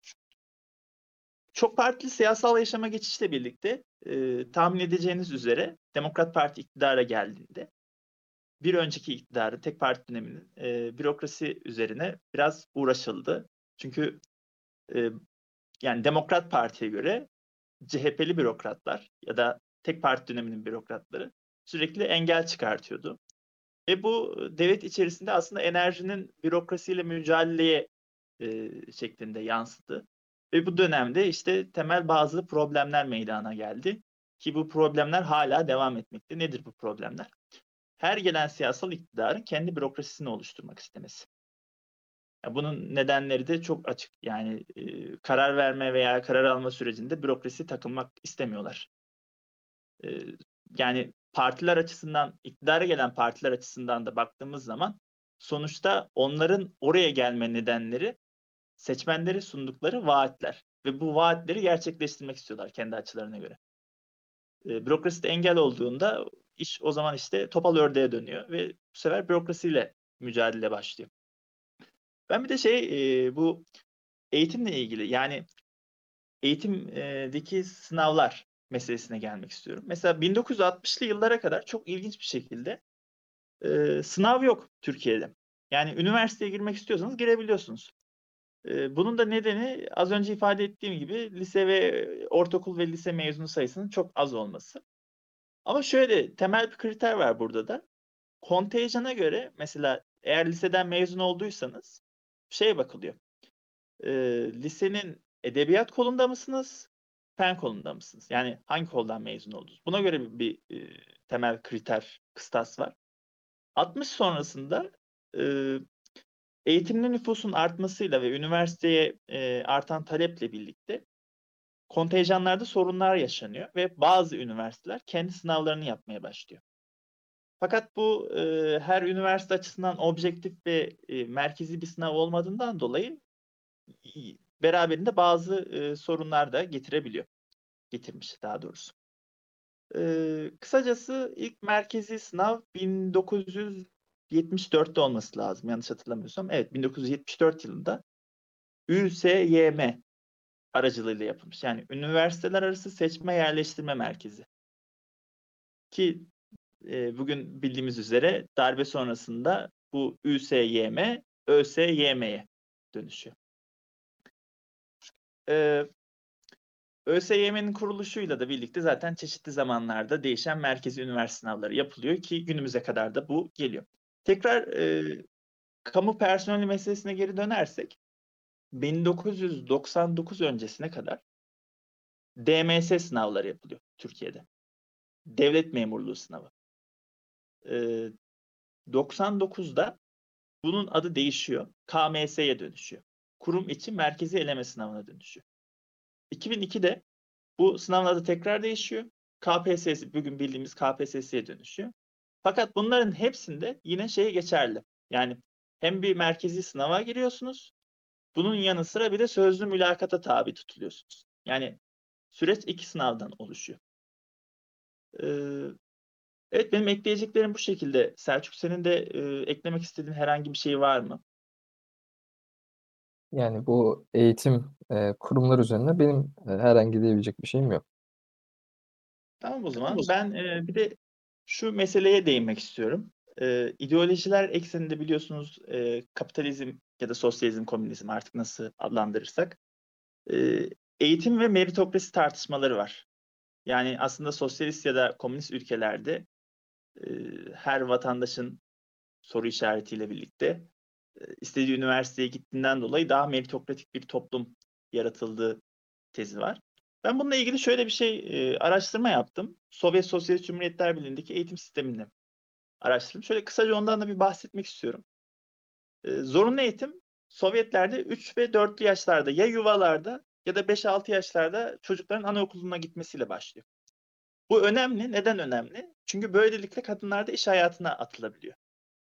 Çok partili siyasal yaşama geçişle birlikte e, tahmin edeceğiniz üzere Demokrat Parti iktidara geldiğinde bir önceki iktidarı, tek parti döneminin e, bürokrasi üzerine biraz uğraşıldı. Çünkü e, yani Demokrat Parti'ye göre C H P'li bürokratlar ya da tek parti döneminin bürokratları sürekli engel çıkartıyordu. Ve bu devlet içerisinde aslında enerjinin bürokrasiyle mücadeleye e, şeklinde yansıdı. Ve bu dönemde işte temel bazı problemler meydana geldi. Ki bu problemler hala devam etmekte. Nedir bu problemler? Her gelen siyasal iktidarın kendi bürokrasisini oluşturmak istemesi. Ya bunun nedenleri de çok açık. Yani e, karar verme veya karar alma sürecinde bürokrasi takılmak istemiyorlar. E, Yani partiler açısından, iktidara gelen partiler açısından da baktığımız zaman sonuçta onların oraya gelme nedenleri seçmenlere sundukları vaatler. Ve bu vaatleri gerçekleştirmek istiyorlar kendi açılarına göre. E, bürokraside engel olduğunda iş o zaman işte topal ördeğe dönüyor ve bu sefer bürokrasiyle mücadele başlıyor. Ben bir de şey e, bu eğitimle ilgili yani eğitimdeki sınavlar meselesine gelmek istiyorum. Mesela bin dokuz yüz altmışlı yıllara kadar çok ilginç bir şekilde e, sınav yok Türkiye'de. Yani üniversiteye girmek istiyorsanız girebiliyorsunuz. E, bunun da nedeni az önce ifade ettiğim gibi lise ve ortaokul ve lise mezunu sayısının çok az olması. Ama şöyle temel bir kriter var burada da. Kontenjana göre mesela eğer liseden mezun olduysanız şeye bakılıyor. E, Lisenin edebiyat kolunda mısınız? Fen kolunda mısınız? Yani hangi koldan mezun oldunuz? Buna göre bir, bir e, temel kriter, kıstas var. altmış sonrasında e, eğitimli nüfusun artmasıyla ve üniversiteye e, artan taleple birlikte kontenjanlarda sorunlar yaşanıyor ve bazı üniversiteler kendi sınavlarını yapmaya başlıyor. Fakat bu e, her üniversite açısından objektif ve e, merkezi bir sınav olmadığından dolayı beraberinde bazı e, sorunlar da getirebiliyor. Getirmiş daha doğrusu. E, kısacası ilk merkezi sınav bin dokuz yüz yetmiş dörtte olması lazım yanlış hatırlamıyorsam. Evet bin dokuz yüz yetmiş dört yılında Ü S Y M aracılığıyla yapılmış. Yani üniversiteler arası seçme yerleştirme merkezi. Ki e, bugün bildiğimiz üzere darbe sonrasında bu Ü S Y M, Ö S Y M'ye dönüşüyor. e, ÖSYM'nin kuruluşuyla da birlikte zaten çeşitli zamanlarda değişen merkezi üniversite sınavları yapılıyor ki günümüze kadar da bu geliyor. Tekrar e, kamu personeli meselesine geri dönersek bin dokuz yüz doksan dokuz öncesine kadar D M S sınavları yapılıyor Türkiye'de. Devlet memurluğu sınavı. E, doksan dokuzda bunun adı değişiyor. K M S'ye dönüşüyor. Kurum içi merkezi eleme sınavına dönüşüyor. iki bin ikide bu sınavın adı tekrar değişiyor. K P S S, bugün bildiğimiz K P S S'ye dönüşüyor. Fakat bunların hepsinde yine şey geçerli. Yani hem bir merkezi sınava giriyorsunuz, bunun yanı sıra bir de sözlü mülakata tabi tutuluyorsunuz. Yani süreç iki sınavdan oluşuyor. Ee, evet, benim ekleyeceklerim bu şekilde. Selçuk, senin de e, eklemek istediğin herhangi bir şey var mı? Yani bu eğitim e, kurumları üzerine benim e, herhangi diyebilecek bir şeyim yok. Tamam, o zaman ben e, bir de şu meseleye değinmek istiyorum. E, ideolojiler ekseninde biliyorsunuz e, kapitalizm ya da sosyalizm, komünizm, artık nasıl adlandırırsak e, eğitim ve meritokrasi tartışmaları var. Yani aslında sosyalist ya da komünist ülkelerde e, her vatandaşın soru işaretiyle birlikte e, istediği üniversiteye gittiğinden dolayı daha meritokratik bir toplum yaratıldığı tezi var. Ben bununla ilgili şöyle bir şey e, araştırma yaptım. Sovyet Sosyalist Cumhuriyetler Birliği'ndeki eğitim sistemini araştırdım. Şöyle kısaca ondan da bir bahsetmek istiyorum. E, zorunlu eğitim Sovyetlerde üç ve dörtlü yaşlarda ya yuvalarda ya da beş altı yaşlarda çocukların anaokuluna gitmesiyle başlıyor. Bu önemli. Neden önemli? Çünkü böylelikle kadınlar da iş hayatına atılabiliyor.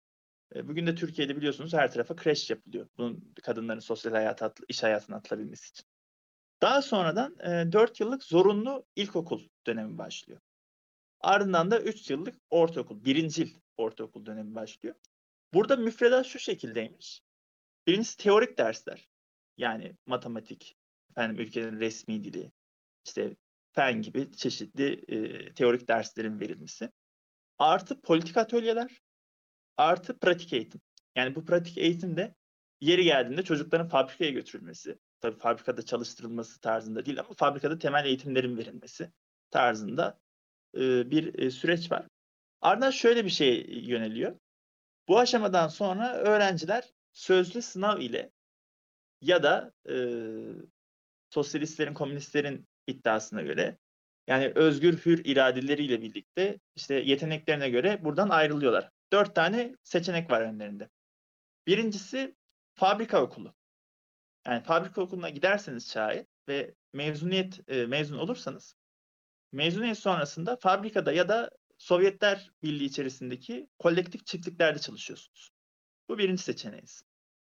E, bugün de Türkiye'de biliyorsunuz her tarafa kreş yapılıyor. Bunun kadınların sosyal hayata, iş hayatına atılabilmesi için. Daha sonradan e, dört yıllık zorunlu ilkokul dönemi başlıyor. Ardından da üç yıllık ortaokul, birincil ortaokul dönemi başlıyor. Burada müfredat şu şekildeymiş. Birincisi teorik dersler. Yani matematik, efendim ülkenin resmi dili, işte fen gibi çeşitli e, teorik derslerin verilmesi. Artı politik atölyeler, artı pratik eğitim. Yani bu pratik eğitim de yeri geldiğinde çocukların fabrikaya götürülmesi, tabii fabrikada çalıştırılması tarzında değil ama fabrikada temel eğitimlerin verilmesi tarzında e, bir e, süreç var. Ardından şöyle bir şey yöneliyor. Bu aşamadan sonra öğrenciler sözlü sınav ile ya da e, sosyalistlerin, komünistlerin iddiasına göre yani özgür hür iradeleriyle birlikte işte yeteneklerine göre buradan ayrılıyorlar. Dört tane seçenek var önlerinde. Birincisi fabrika okulu. Yani fabrika okuluna giderseniz şayet ve mezuniyet e, mezun olursanız mezuniyet sonrasında fabrikada ya da Sovyetler Birliği içerisindeki kolektif çiftliklerde çalışıyorsunuz. Bu birinci seçeneğiniz.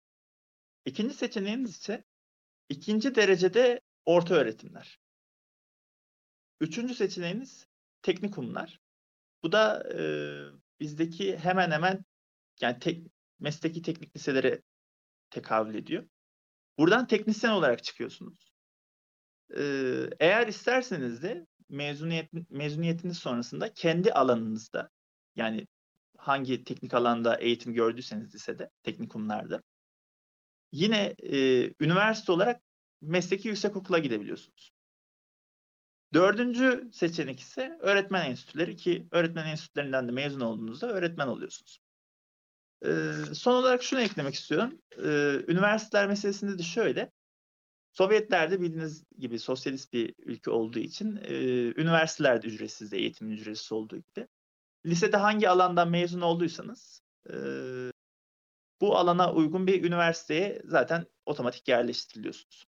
İkinci seçeneğiniz ise ikinci derecede orta öğretimler. Üçüncü seçeneğiniz teknikumlar. Bu da e, bizdeki hemen hemen yani tek, mesleki teknik liselere tekabül ediyor. Buradan teknisyen olarak çıkıyorsunuz. Ee, eğer isterseniz de mezuniyet, mezuniyetiniz sonrasında kendi alanınızda yani hangi teknik alanda eğitim gördüyseniz lisede, teknikumlarda yine e, üniversite olarak mesleki yüksekokula gidebiliyorsunuz. Dördüncü seçenek ise öğretmen enstitüleri ki öğretmen enstitülerinden de mezun olduğunuzda öğretmen oluyorsunuz. Ee, son olarak şunu eklemek istiyorum. Ee, üniversiteler meselesinde de şöyle. Sovyetlerde bildiğiniz gibi sosyalist bir ülke olduğu için e, üniversitelerde ücretsiz de eğitimin ücretsiz olduğu gibi. Lisede hangi alandan mezun olduysanız e, bu alana uygun bir üniversiteye zaten otomatik yerleştiriliyorsunuz.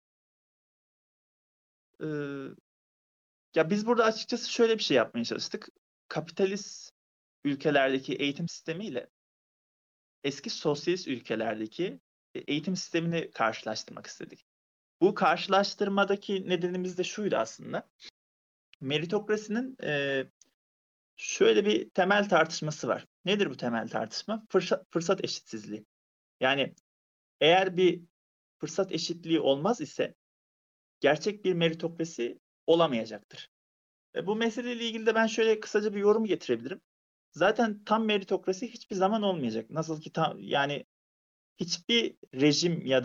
E, ya biz burada açıkçası şöyle bir şey yapmaya çalıştık. Kapitalist ülkelerdeki eğitim sistemiyle eski sosyalist ülkelerdeki eğitim sistemini karşılaştırmak istedik. Bu karşılaştırmadaki nedenimiz de şuydu aslında. Meritokrasinin e, şöyle bir temel tartışması var. Nedir bu temel tartışma? Fırsat, fırsat eşitsizliği. Yani eğer bir fırsat eşitliği olmaz ise gerçek bir meritokrasi olamayacaktır. E, bu meseleyle ilgili de ben şöyle kısaca bir yorum getirebilirim. Zaten tam meritokrasi hiçbir zaman olmayacak. Nasıl ki tam yani hiçbir rejim ya da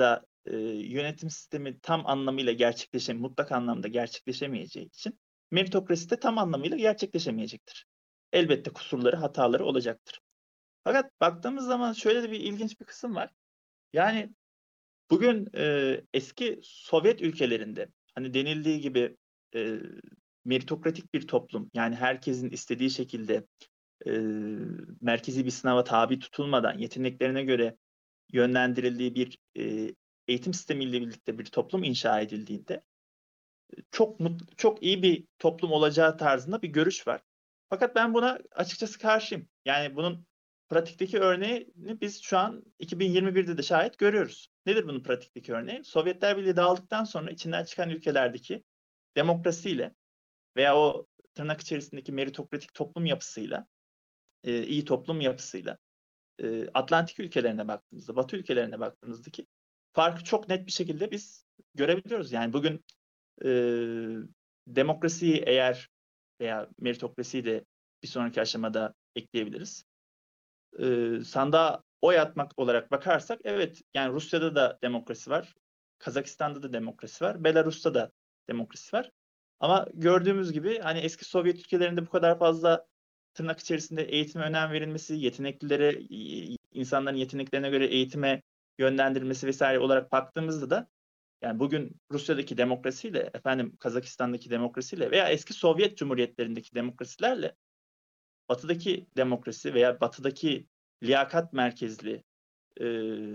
e, yönetim sistemi tam anlamıyla gerçekleşem, mutlak anlamda gerçekleşemeyeceği için meritokrasi de tam anlamıyla gerçekleşemeyecektir. Elbette kusurları, hataları olacaktır. Fakat baktığımız zaman şöyle de bir ilginç bir kısım var. Yani bugün e, eski Sovyet ülkelerinde hani denildiği gibi e, meritokratik bir toplum, yani herkesin istediği şekilde e, merkezi bir sınava tabi tutulmadan yeteneklerine göre yönlendirildiği bir e, eğitim sistemiyle birlikte bir toplum inşa edildiğinde çok mutlu, çok iyi bir toplum olacağı tarzında bir görüş var. Fakat ben buna açıkçası karşıyım. Yani bunun pratikteki örneğini biz şu an iki bin yirmi birde de şahit görüyoruz. Nedir bunun pratikteki örneği? Sovyetler Birliği dağıldıktan sonra içinden çıkan ülkelerdeki demokrasiyle veya o tırnak içerisindeki meritokratik toplum yapısıyla, e, iyi toplum yapısıyla e, Atlantik ülkelerine baktığımızda, Batı ülkelerine baktığımızdaki farkı çok net bir şekilde biz görebiliyoruz. Yani bugün e, demokrasiyi eğer veya meritokrasiyi de bir sonraki aşamada ekleyebiliriz. E, sandığa oy atmak olarak bakarsak evet, yani Rusya'da da demokrasi var. Kazakistan'da da demokrasi var. Belarus'ta da demokrasi var. Ama gördüğümüz gibi hani eski Sovyet ülkelerinde bu kadar fazla tırnak içerisinde eğitime önem verilmesi, yeteneklilere, insanların yeteneklerine göre eğitime yönlendirilmesi vesaire olarak baktığımızda da yani bugün Rusya'daki demokrasiyle, efendim Kazakistan'daki demokrasiyle veya eski Sovyet Cumhuriyetlerindeki demokrasilerle Batı'daki demokrasi veya Batı'daki liyakat merkezli e,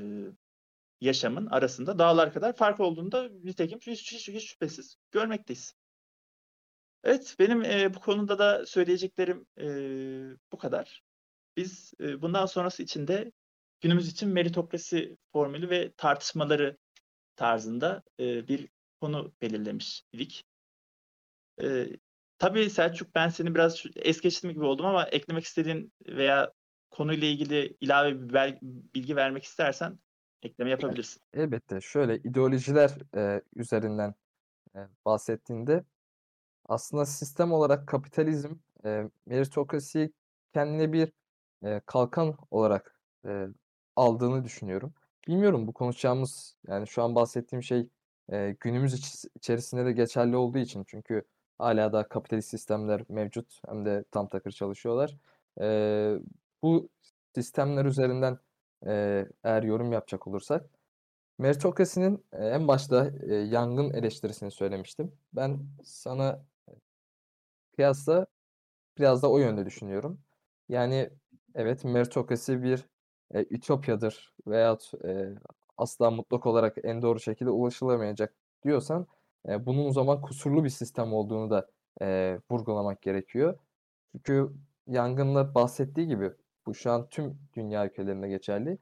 yaşamın arasında dağlar kadar fark olduğunu da nitekim hiç, hiç, hiç şüphesiz görmekteyiz. Evet, benim e, bu konuda da söyleyeceklerim e, bu kadar. Biz e, bundan sonrası için de günümüz için meritokrasi formülü ve tartışmaları tarzında e, bir konu belirlemiş idik. E, tabii Selçuk, ben seni biraz es geçtim gibi oldum ama eklemek istediğin veya konuyla ilgili ilave bir bel- bilgi vermek istersen ekleme yapabilirsin. Elbette şöyle ideolojiler e, üzerinden e, bahsettiğinde aslında sistem olarak kapitalizm e, meritokrasiyi kendine bir e, kalkan olarak e, aldığını düşünüyorum. Bilmiyorum, bu konuşacağımız yani şu an bahsettiğim şey e, günümüz iç- içerisinde de geçerli olduğu için, çünkü hala da kapitalist sistemler mevcut, hem de tam takır çalışıyorlar. E, Bu sistemler üzerinden e, eğer yorum yapacak olursak, meritokrasinin e, en başta e, yangın eleştirisini söylemiştim. Ben sana kıyasla biraz da o yönde düşünüyorum. Yani evet, meritokrasi bir e, ütopyadır veyahut e, asla mutlak olarak en doğru şekilde ulaşılamayacak diyorsan, e, bunun o zaman kusurlu bir sistem olduğunu da e, vurgulamak gerekiyor. Çünkü yangınla bahsettiği gibi bu şu an tüm dünya ülkelerinde geçerli.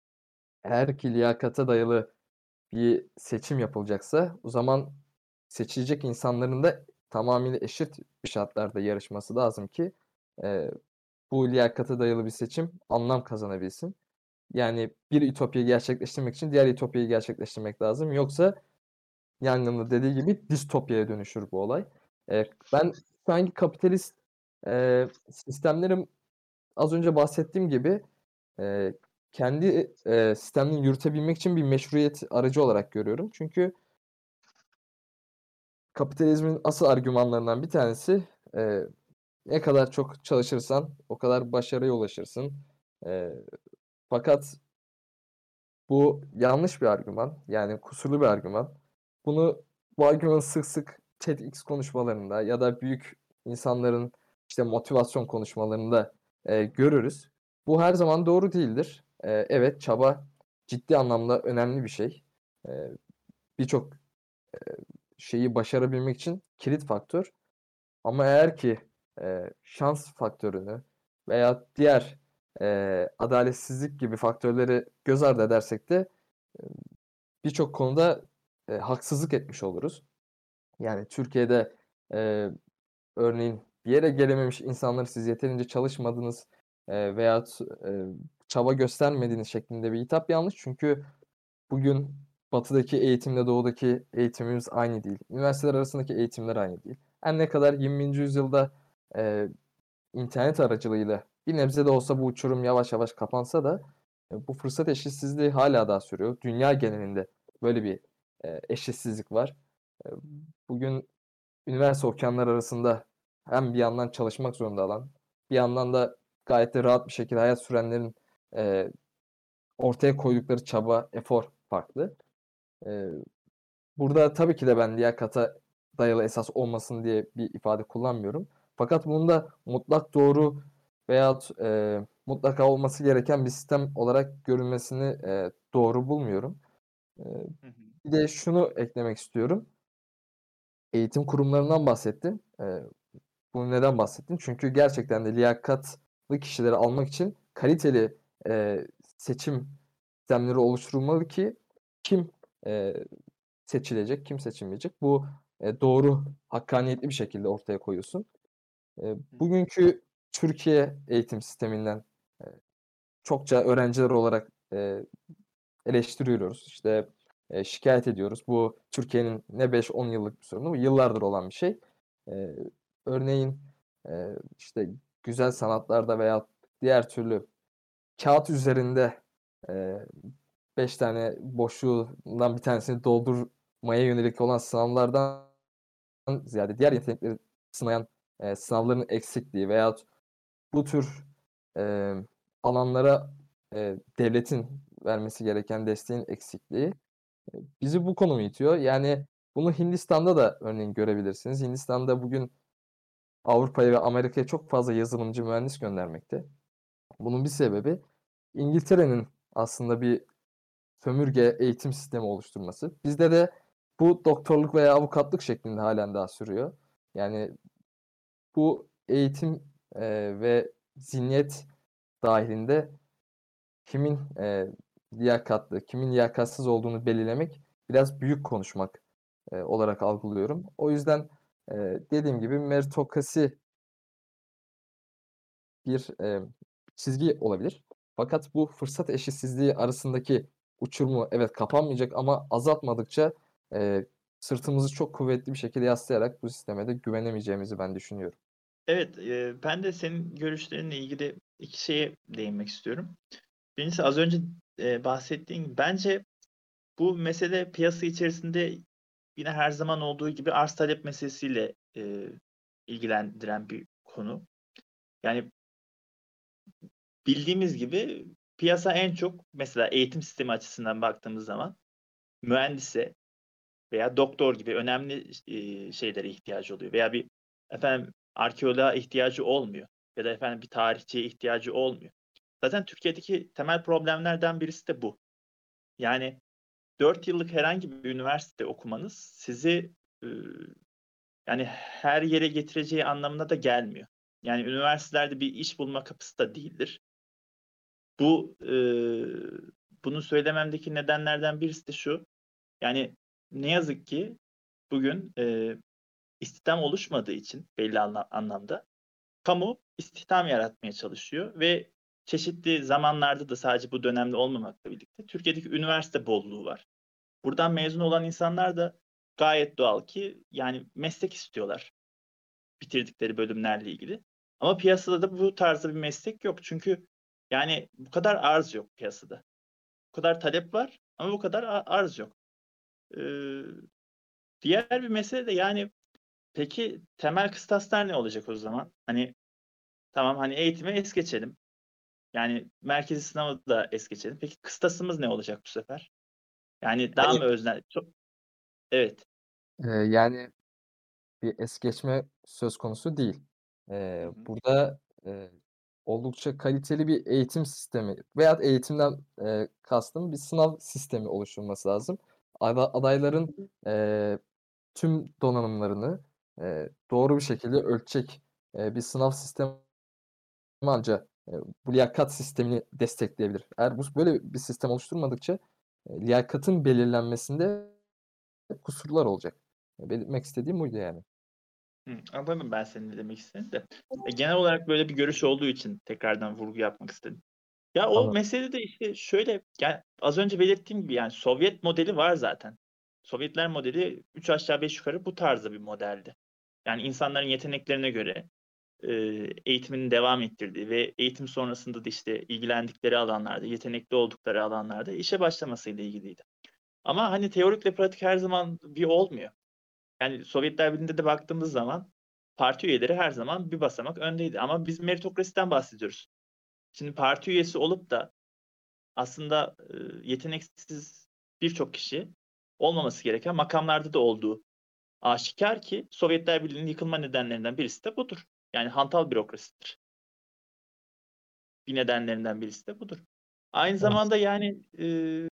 Eğer ki liyakata dayalı bir seçim yapılacaksa, o zaman seçilecek insanların da tamamıyla eşit bir şartlarda yarışması lazım ki e, bu liyakata dayalı bir seçim anlam kazanabilsin. Yani bir ütopyayı gerçekleştirmek için diğer ütopyayı gerçekleştirmek lazım. Yoksa Yangın'ın dediği gibi distopyaya dönüşür bu olay. E, ben şu anki kapitalist e, sistemlerin az önce bahsettiğim gibi e, kendi e, sistemini yürütebilmek için bir meşruiyet aracı olarak görüyorum. Çünkü kapitalizmin asıl argümanlarından bir tanesi, e, ne kadar çok çalışırsan o kadar başarıya ulaşırsın. E, Fakat bu yanlış bir argüman. Yani kusurlu bir argüman. Bunu bu argümanı sık sık TEDx konuşmalarında ya da büyük insanların işte motivasyon konuşmalarında e, görürüz. Bu her zaman doğru değildir. E, evet, çaba ciddi anlamda önemli bir şey. E, Birçok şeyi başarabilmek için kilit faktör. Ama eğer ki e, şans faktörünü veya diğer e, adaletsizlik gibi faktörleri göz ardı edersek de e, birçok konuda e, haksızlık etmiş oluruz. Yani Türkiye'de e, örneğin bir yere gelememiş insanları siz yeterince çalışmadınız e, veya e, çaba göstermediğiniz şeklinde bir hitap yanlış. Çünkü bugün batıdaki eğitimle doğudaki eğitimimiz aynı değil. Üniversiteler arasındaki eğitimler aynı değil. Her ne kadar yirminci yüzyılda e, internet aracılığıyla bir nebze de olsa bu uçurum yavaş yavaş kapansa da e, bu fırsat eşitsizliği hala daha sürüyor. Dünya genelinde Böyle bir e, eşitsizlik var. E, Bugün üniversite okuyanlar arasında hem bir yandan çalışmak zorunda olan, bir yandan da gayet de rahat bir şekilde hayat sürenlerin e, ortaya koydukları çaba, efor farklı. E, Burada tabii ki de ben liyakata dayalı esas olmasın diye bir ifade kullanmıyorum. Fakat bunda mutlak doğru veyahut e, mutlaka olması gereken bir sistem olarak görülmesini e, doğru bulmuyorum. E, Hı hı. Bir de şunu eklemek istiyorum. Eğitim kurumlarından bahsettin. E, bunu neden bahsettin? Çünkü gerçekten de liyakatlı kişileri almak için kaliteli e, seçim sistemleri oluşturulmalı ki kim e, seçilecek, kim seçilmeyecek. Bu e, doğru, hakkaniyetli bir şekilde ortaya koyuyorsun. E, Hı hı. bugünkü Türkiye eğitim sisteminden e, çokça öğrenciler olarak e, eleştiriyoruz. İşte e, şikayet ediyoruz. Bu Türkiye'nin ne beş on yıllık bir sorunu, bu yıllardır olan bir şey. E, Örneğin e, işte güzel sanatlarda veya diğer türlü kağıt üzerinde e, beş tane boşluğundan bir tanesini doldurmaya yönelik olan sınavlardan ziyade diğer yetenekleri sınayan e, sınavların eksikliği veyahut bu tür e, alanlara e, devletin vermesi gereken desteğin eksikliği e, bizi bu konuma itiyor. Yani bunu Hindistan'da da örneğin görebilirsiniz. Hindistan'da bugün Avrupa'ya ve Amerika'ya çok fazla yazılımcı mühendis göndermekte. Bunun bir sebebi İngiltere'nin aslında bir sömürge eğitim sistemi oluşturması. Bizde de bu doktorluk veya avukatlık şeklinde halen daha sürüyor. Yani bu eğitim e, ve zihniyet dahilinde kimin e, liyakatlı, kimin liyakatsız olduğunu belirlemek biraz büyük konuşmak e, olarak algılıyorum. O yüzden e, dediğim gibi meritokrasi bir e, çizgi olabilir. Fakat bu fırsat eşitsizliği arasındaki uçurumu evet kapanmayacak ama azaltmadıkça e, sırtımızı çok kuvvetli bir şekilde yaslayarak bu sisteme de güvenemeyeceğimizi ben düşünüyorum. Evet, e, ben de senin görüşlerinle ilgili iki şeye değinmek istiyorum. Birincisi az önce e, bahsettiğin gibi bence bu mesele piyasa içerisinde yine her zaman olduğu gibi arz talep meselesiyle e, ilgilendiren bir konu. Yani bildiğimiz gibi piyasa en çok mesela eğitim sistemi açısından baktığımız zaman mühendise veya doktor gibi önemli e, şeylere ihtiyacı oluyor. Veya bir efendim arkeoloğa ihtiyacı olmuyor. Ya da efendim bir tarihçiye ihtiyacı olmuyor. Zaten Türkiye'deki temel problemlerden birisi de bu. Yani dört yıllık herhangi bir üniversite okumanız sizi e, yani her yere getireceği anlamına da gelmiyor. Yani üniversitelerde bir iş bulma kapısı da değildir. Bu e, bunu söylememdeki nedenlerden birisi de şu. Yani ne yazık ki bugün e, istihdam oluşmadığı için belli anla- anlamda kamu istihdam yaratmaya çalışıyor ve çeşitli zamanlarda da sadece bu dönemde olmamakla birlikte Türkiye'deki üniversite bolluğu var. Buradan mezun olan insanlar da gayet doğal ki yani meslek istiyorlar bitirdikleri bölümlerle ilgili. Ama piyasada da bu tarzda bir meslek yok. Çünkü yani bu kadar arz yok piyasada. Bu kadar talep var ama bu kadar a- arz yok. Ee, diğer bir mesele de yani peki temel kıstaslar ne olacak o zaman? Hani tamam hani eğitime es geçelim. Yani merkezi sınavı da es geçelim. Peki kıstasımız ne olacak bu sefer? Yani daha Yani, mı öznel? Çok, evet. e, yani bir es geçme söz konusu değil. Hı E, hı. burada e, oldukça kaliteli bir eğitim sistemi veya eğitimden e, kastım bir sınav sistemi oluşturulması lazım. Ada- adayların e, tüm donanımlarını e, doğru bir şekilde ölçecek e, bir sınav sistemi ancak e, bu liyakat sistemini destekleyebilir. Eğer bu böyle bir sistem oluşturmadıkça e, liyakatın belirlenmesinde kusurlar olacak. E, belirtmek istediğim buydu yani. Hı, anladım ben senin ne demek istediğini de. E, genel olarak böyle bir görüş olduğu için tekrardan vurgu yapmak istedim. Ya o Anladım. mesele de işte şöyle yani az önce belirttiğim gibi yani Sovyet modeli var zaten. Sovyetler modeli üç aşağı beş yukarı bu tarzda bir modeldi. Yani insanların yeteneklerine göre e, eğitimini devam ettirdiği ve eğitim sonrasında da işte ilgilendikleri alanlarda, yetenekli oldukları alanlarda işe başlamasıyla ilgiliydi. Ama hani teorikle pratik her zaman bir olmuyor. Yani Sovyetler Birliği'nde de baktığımız zaman parti üyeleri her zaman bir basamak öndeydi. Ama biz meritokrasiden bahsediyoruz. Şimdi parti üyesi olup da aslında e, yeteneksiz birçok kişi olmaması gereken makamlarda da olduğu aşikar ki Sovyetler Birliği'nin yıkılma nedenlerinden birisi de budur. Yani hantal bürokrasidir. Bir nedenlerinden birisi de budur. Aynı Evet. zamanda yani e,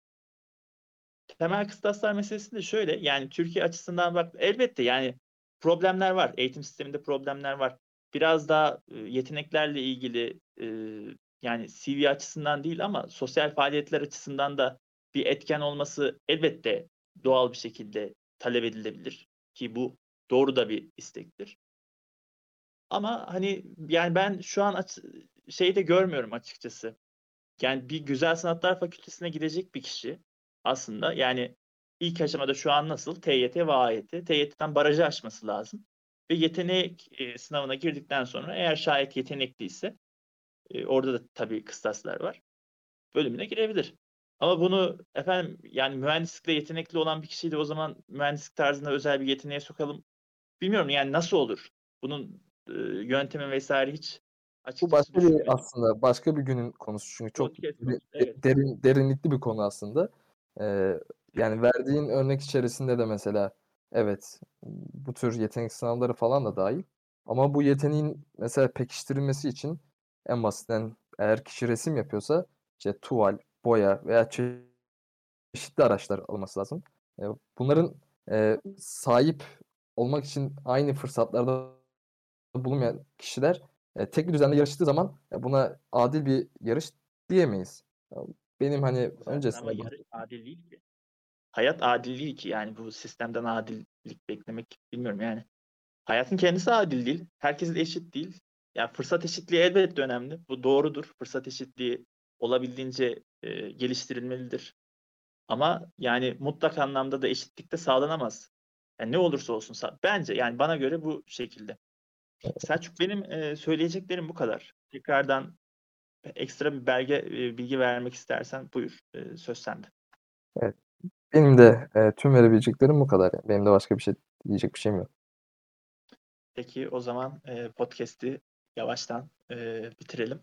temel kıstaslar meselesi de şöyle. Yani Türkiye açısından bak elbette yani problemler var. Eğitim sisteminde problemler var. Biraz daha e, yeteneklerle ilgili e, yani C V açısından değil ama sosyal faaliyetler açısından da bir etken olması elbette doğal bir şekilde talep edilebilir. Ki bu doğru da bir istektir. Ama hani yani ben şu an aç- şeyi de görmüyorum açıkçası. Yani bir Güzel Sanatlar Fakültesine gidecek bir kişi aslında yani ilk aşamada şu an nasıl? T Y T ve A Y T. T Y T'den barajı aşması lazım. Ve yetenek e, sınavına girdikten sonra eğer şayet yetenekliyse e, orada da tabii kıstaslar var. Bölümüne girebilir. Ama bunu efendim yani mühendislikle yetenekli olan bir kişiyi de o zaman mühendislik tarzında özel bir yeteneğe sokalım. Bilmiyorum yani nasıl olur? Bunun e, yöntemi vesaire hiç Bu açıkçası başka bir düşünmedim. aslında başka bir günün konusu çünkü çok Podcast de- konusu. Evet. derin derinlikli bir konu aslında. Ee, Yani verdiğin örnek içerisinde de mesela evet bu tür yetenek sınavları falan da dahil. Ama bu yeteneğin mesela pekiştirilmesi için en basitinden eğer kişi resim yapıyorsa işte tuval, boya veya çeşitli araçlar alması lazım. E, Bunların e, sahip olmak için aynı fırsatlarda bulunmayan kişiler e, tek bir düzende yarıştığı zaman e, buna adil bir yarış diyemeyiz. Ya, Benim hani Zaten ama öncesinde yarış bahsettiğim adil değil ki. Hayat adil değil ki yani bu sistemden adillik beklemek bilmiyorum yani. Hayatın kendisi adil değil. Herkes de eşit değil. Yani fırsat eşitliği elbette önemli. Bu doğrudur. Fırsat eşitliği olabildiğince e, geliştirilmelidir. Ama yani mutlak anlamda da eşitlik de sağlanamaz. Yani ne olursa olsun sa- bence yani bana göre bu şekilde. Selçuk benim e, söyleyeceklerim bu kadar. Tekrardan ekstra bir belge e, bilgi vermek istersen buyur. E, söz sende. evet, benim de e, tüm verebileceklerim bu kadar. Benim de başka bir şey diyecek bir şeyim yok. Peki o zaman e, podcast'i yavaştan e, bitirelim.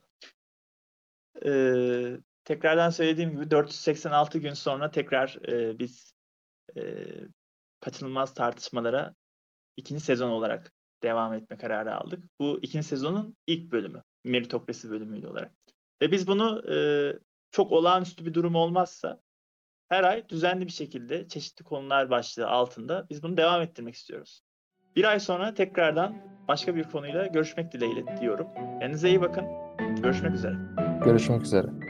E, tekrardan söylediğim gibi dört yüz seksen altı gün sonra tekrar e, biz e, kaçınılmaz tartışmalara ikinci sezon olarak devam etme kararı aldık. Bu ikinci sezonun ilk bölümü. Meritokrasi bölümüyle olarak. Ve biz bunu e, çok olağanüstü bir durum olmazsa her ay düzenli bir şekilde çeşitli konular başlığı altında biz bunu devam ettirmek istiyoruz. Bir ay sonra tekrardan başka bir konuyla görüşmek dileğiyle diyorum. Kendinize iyi bakın. Görüşmek üzere. Görüşmek üzere.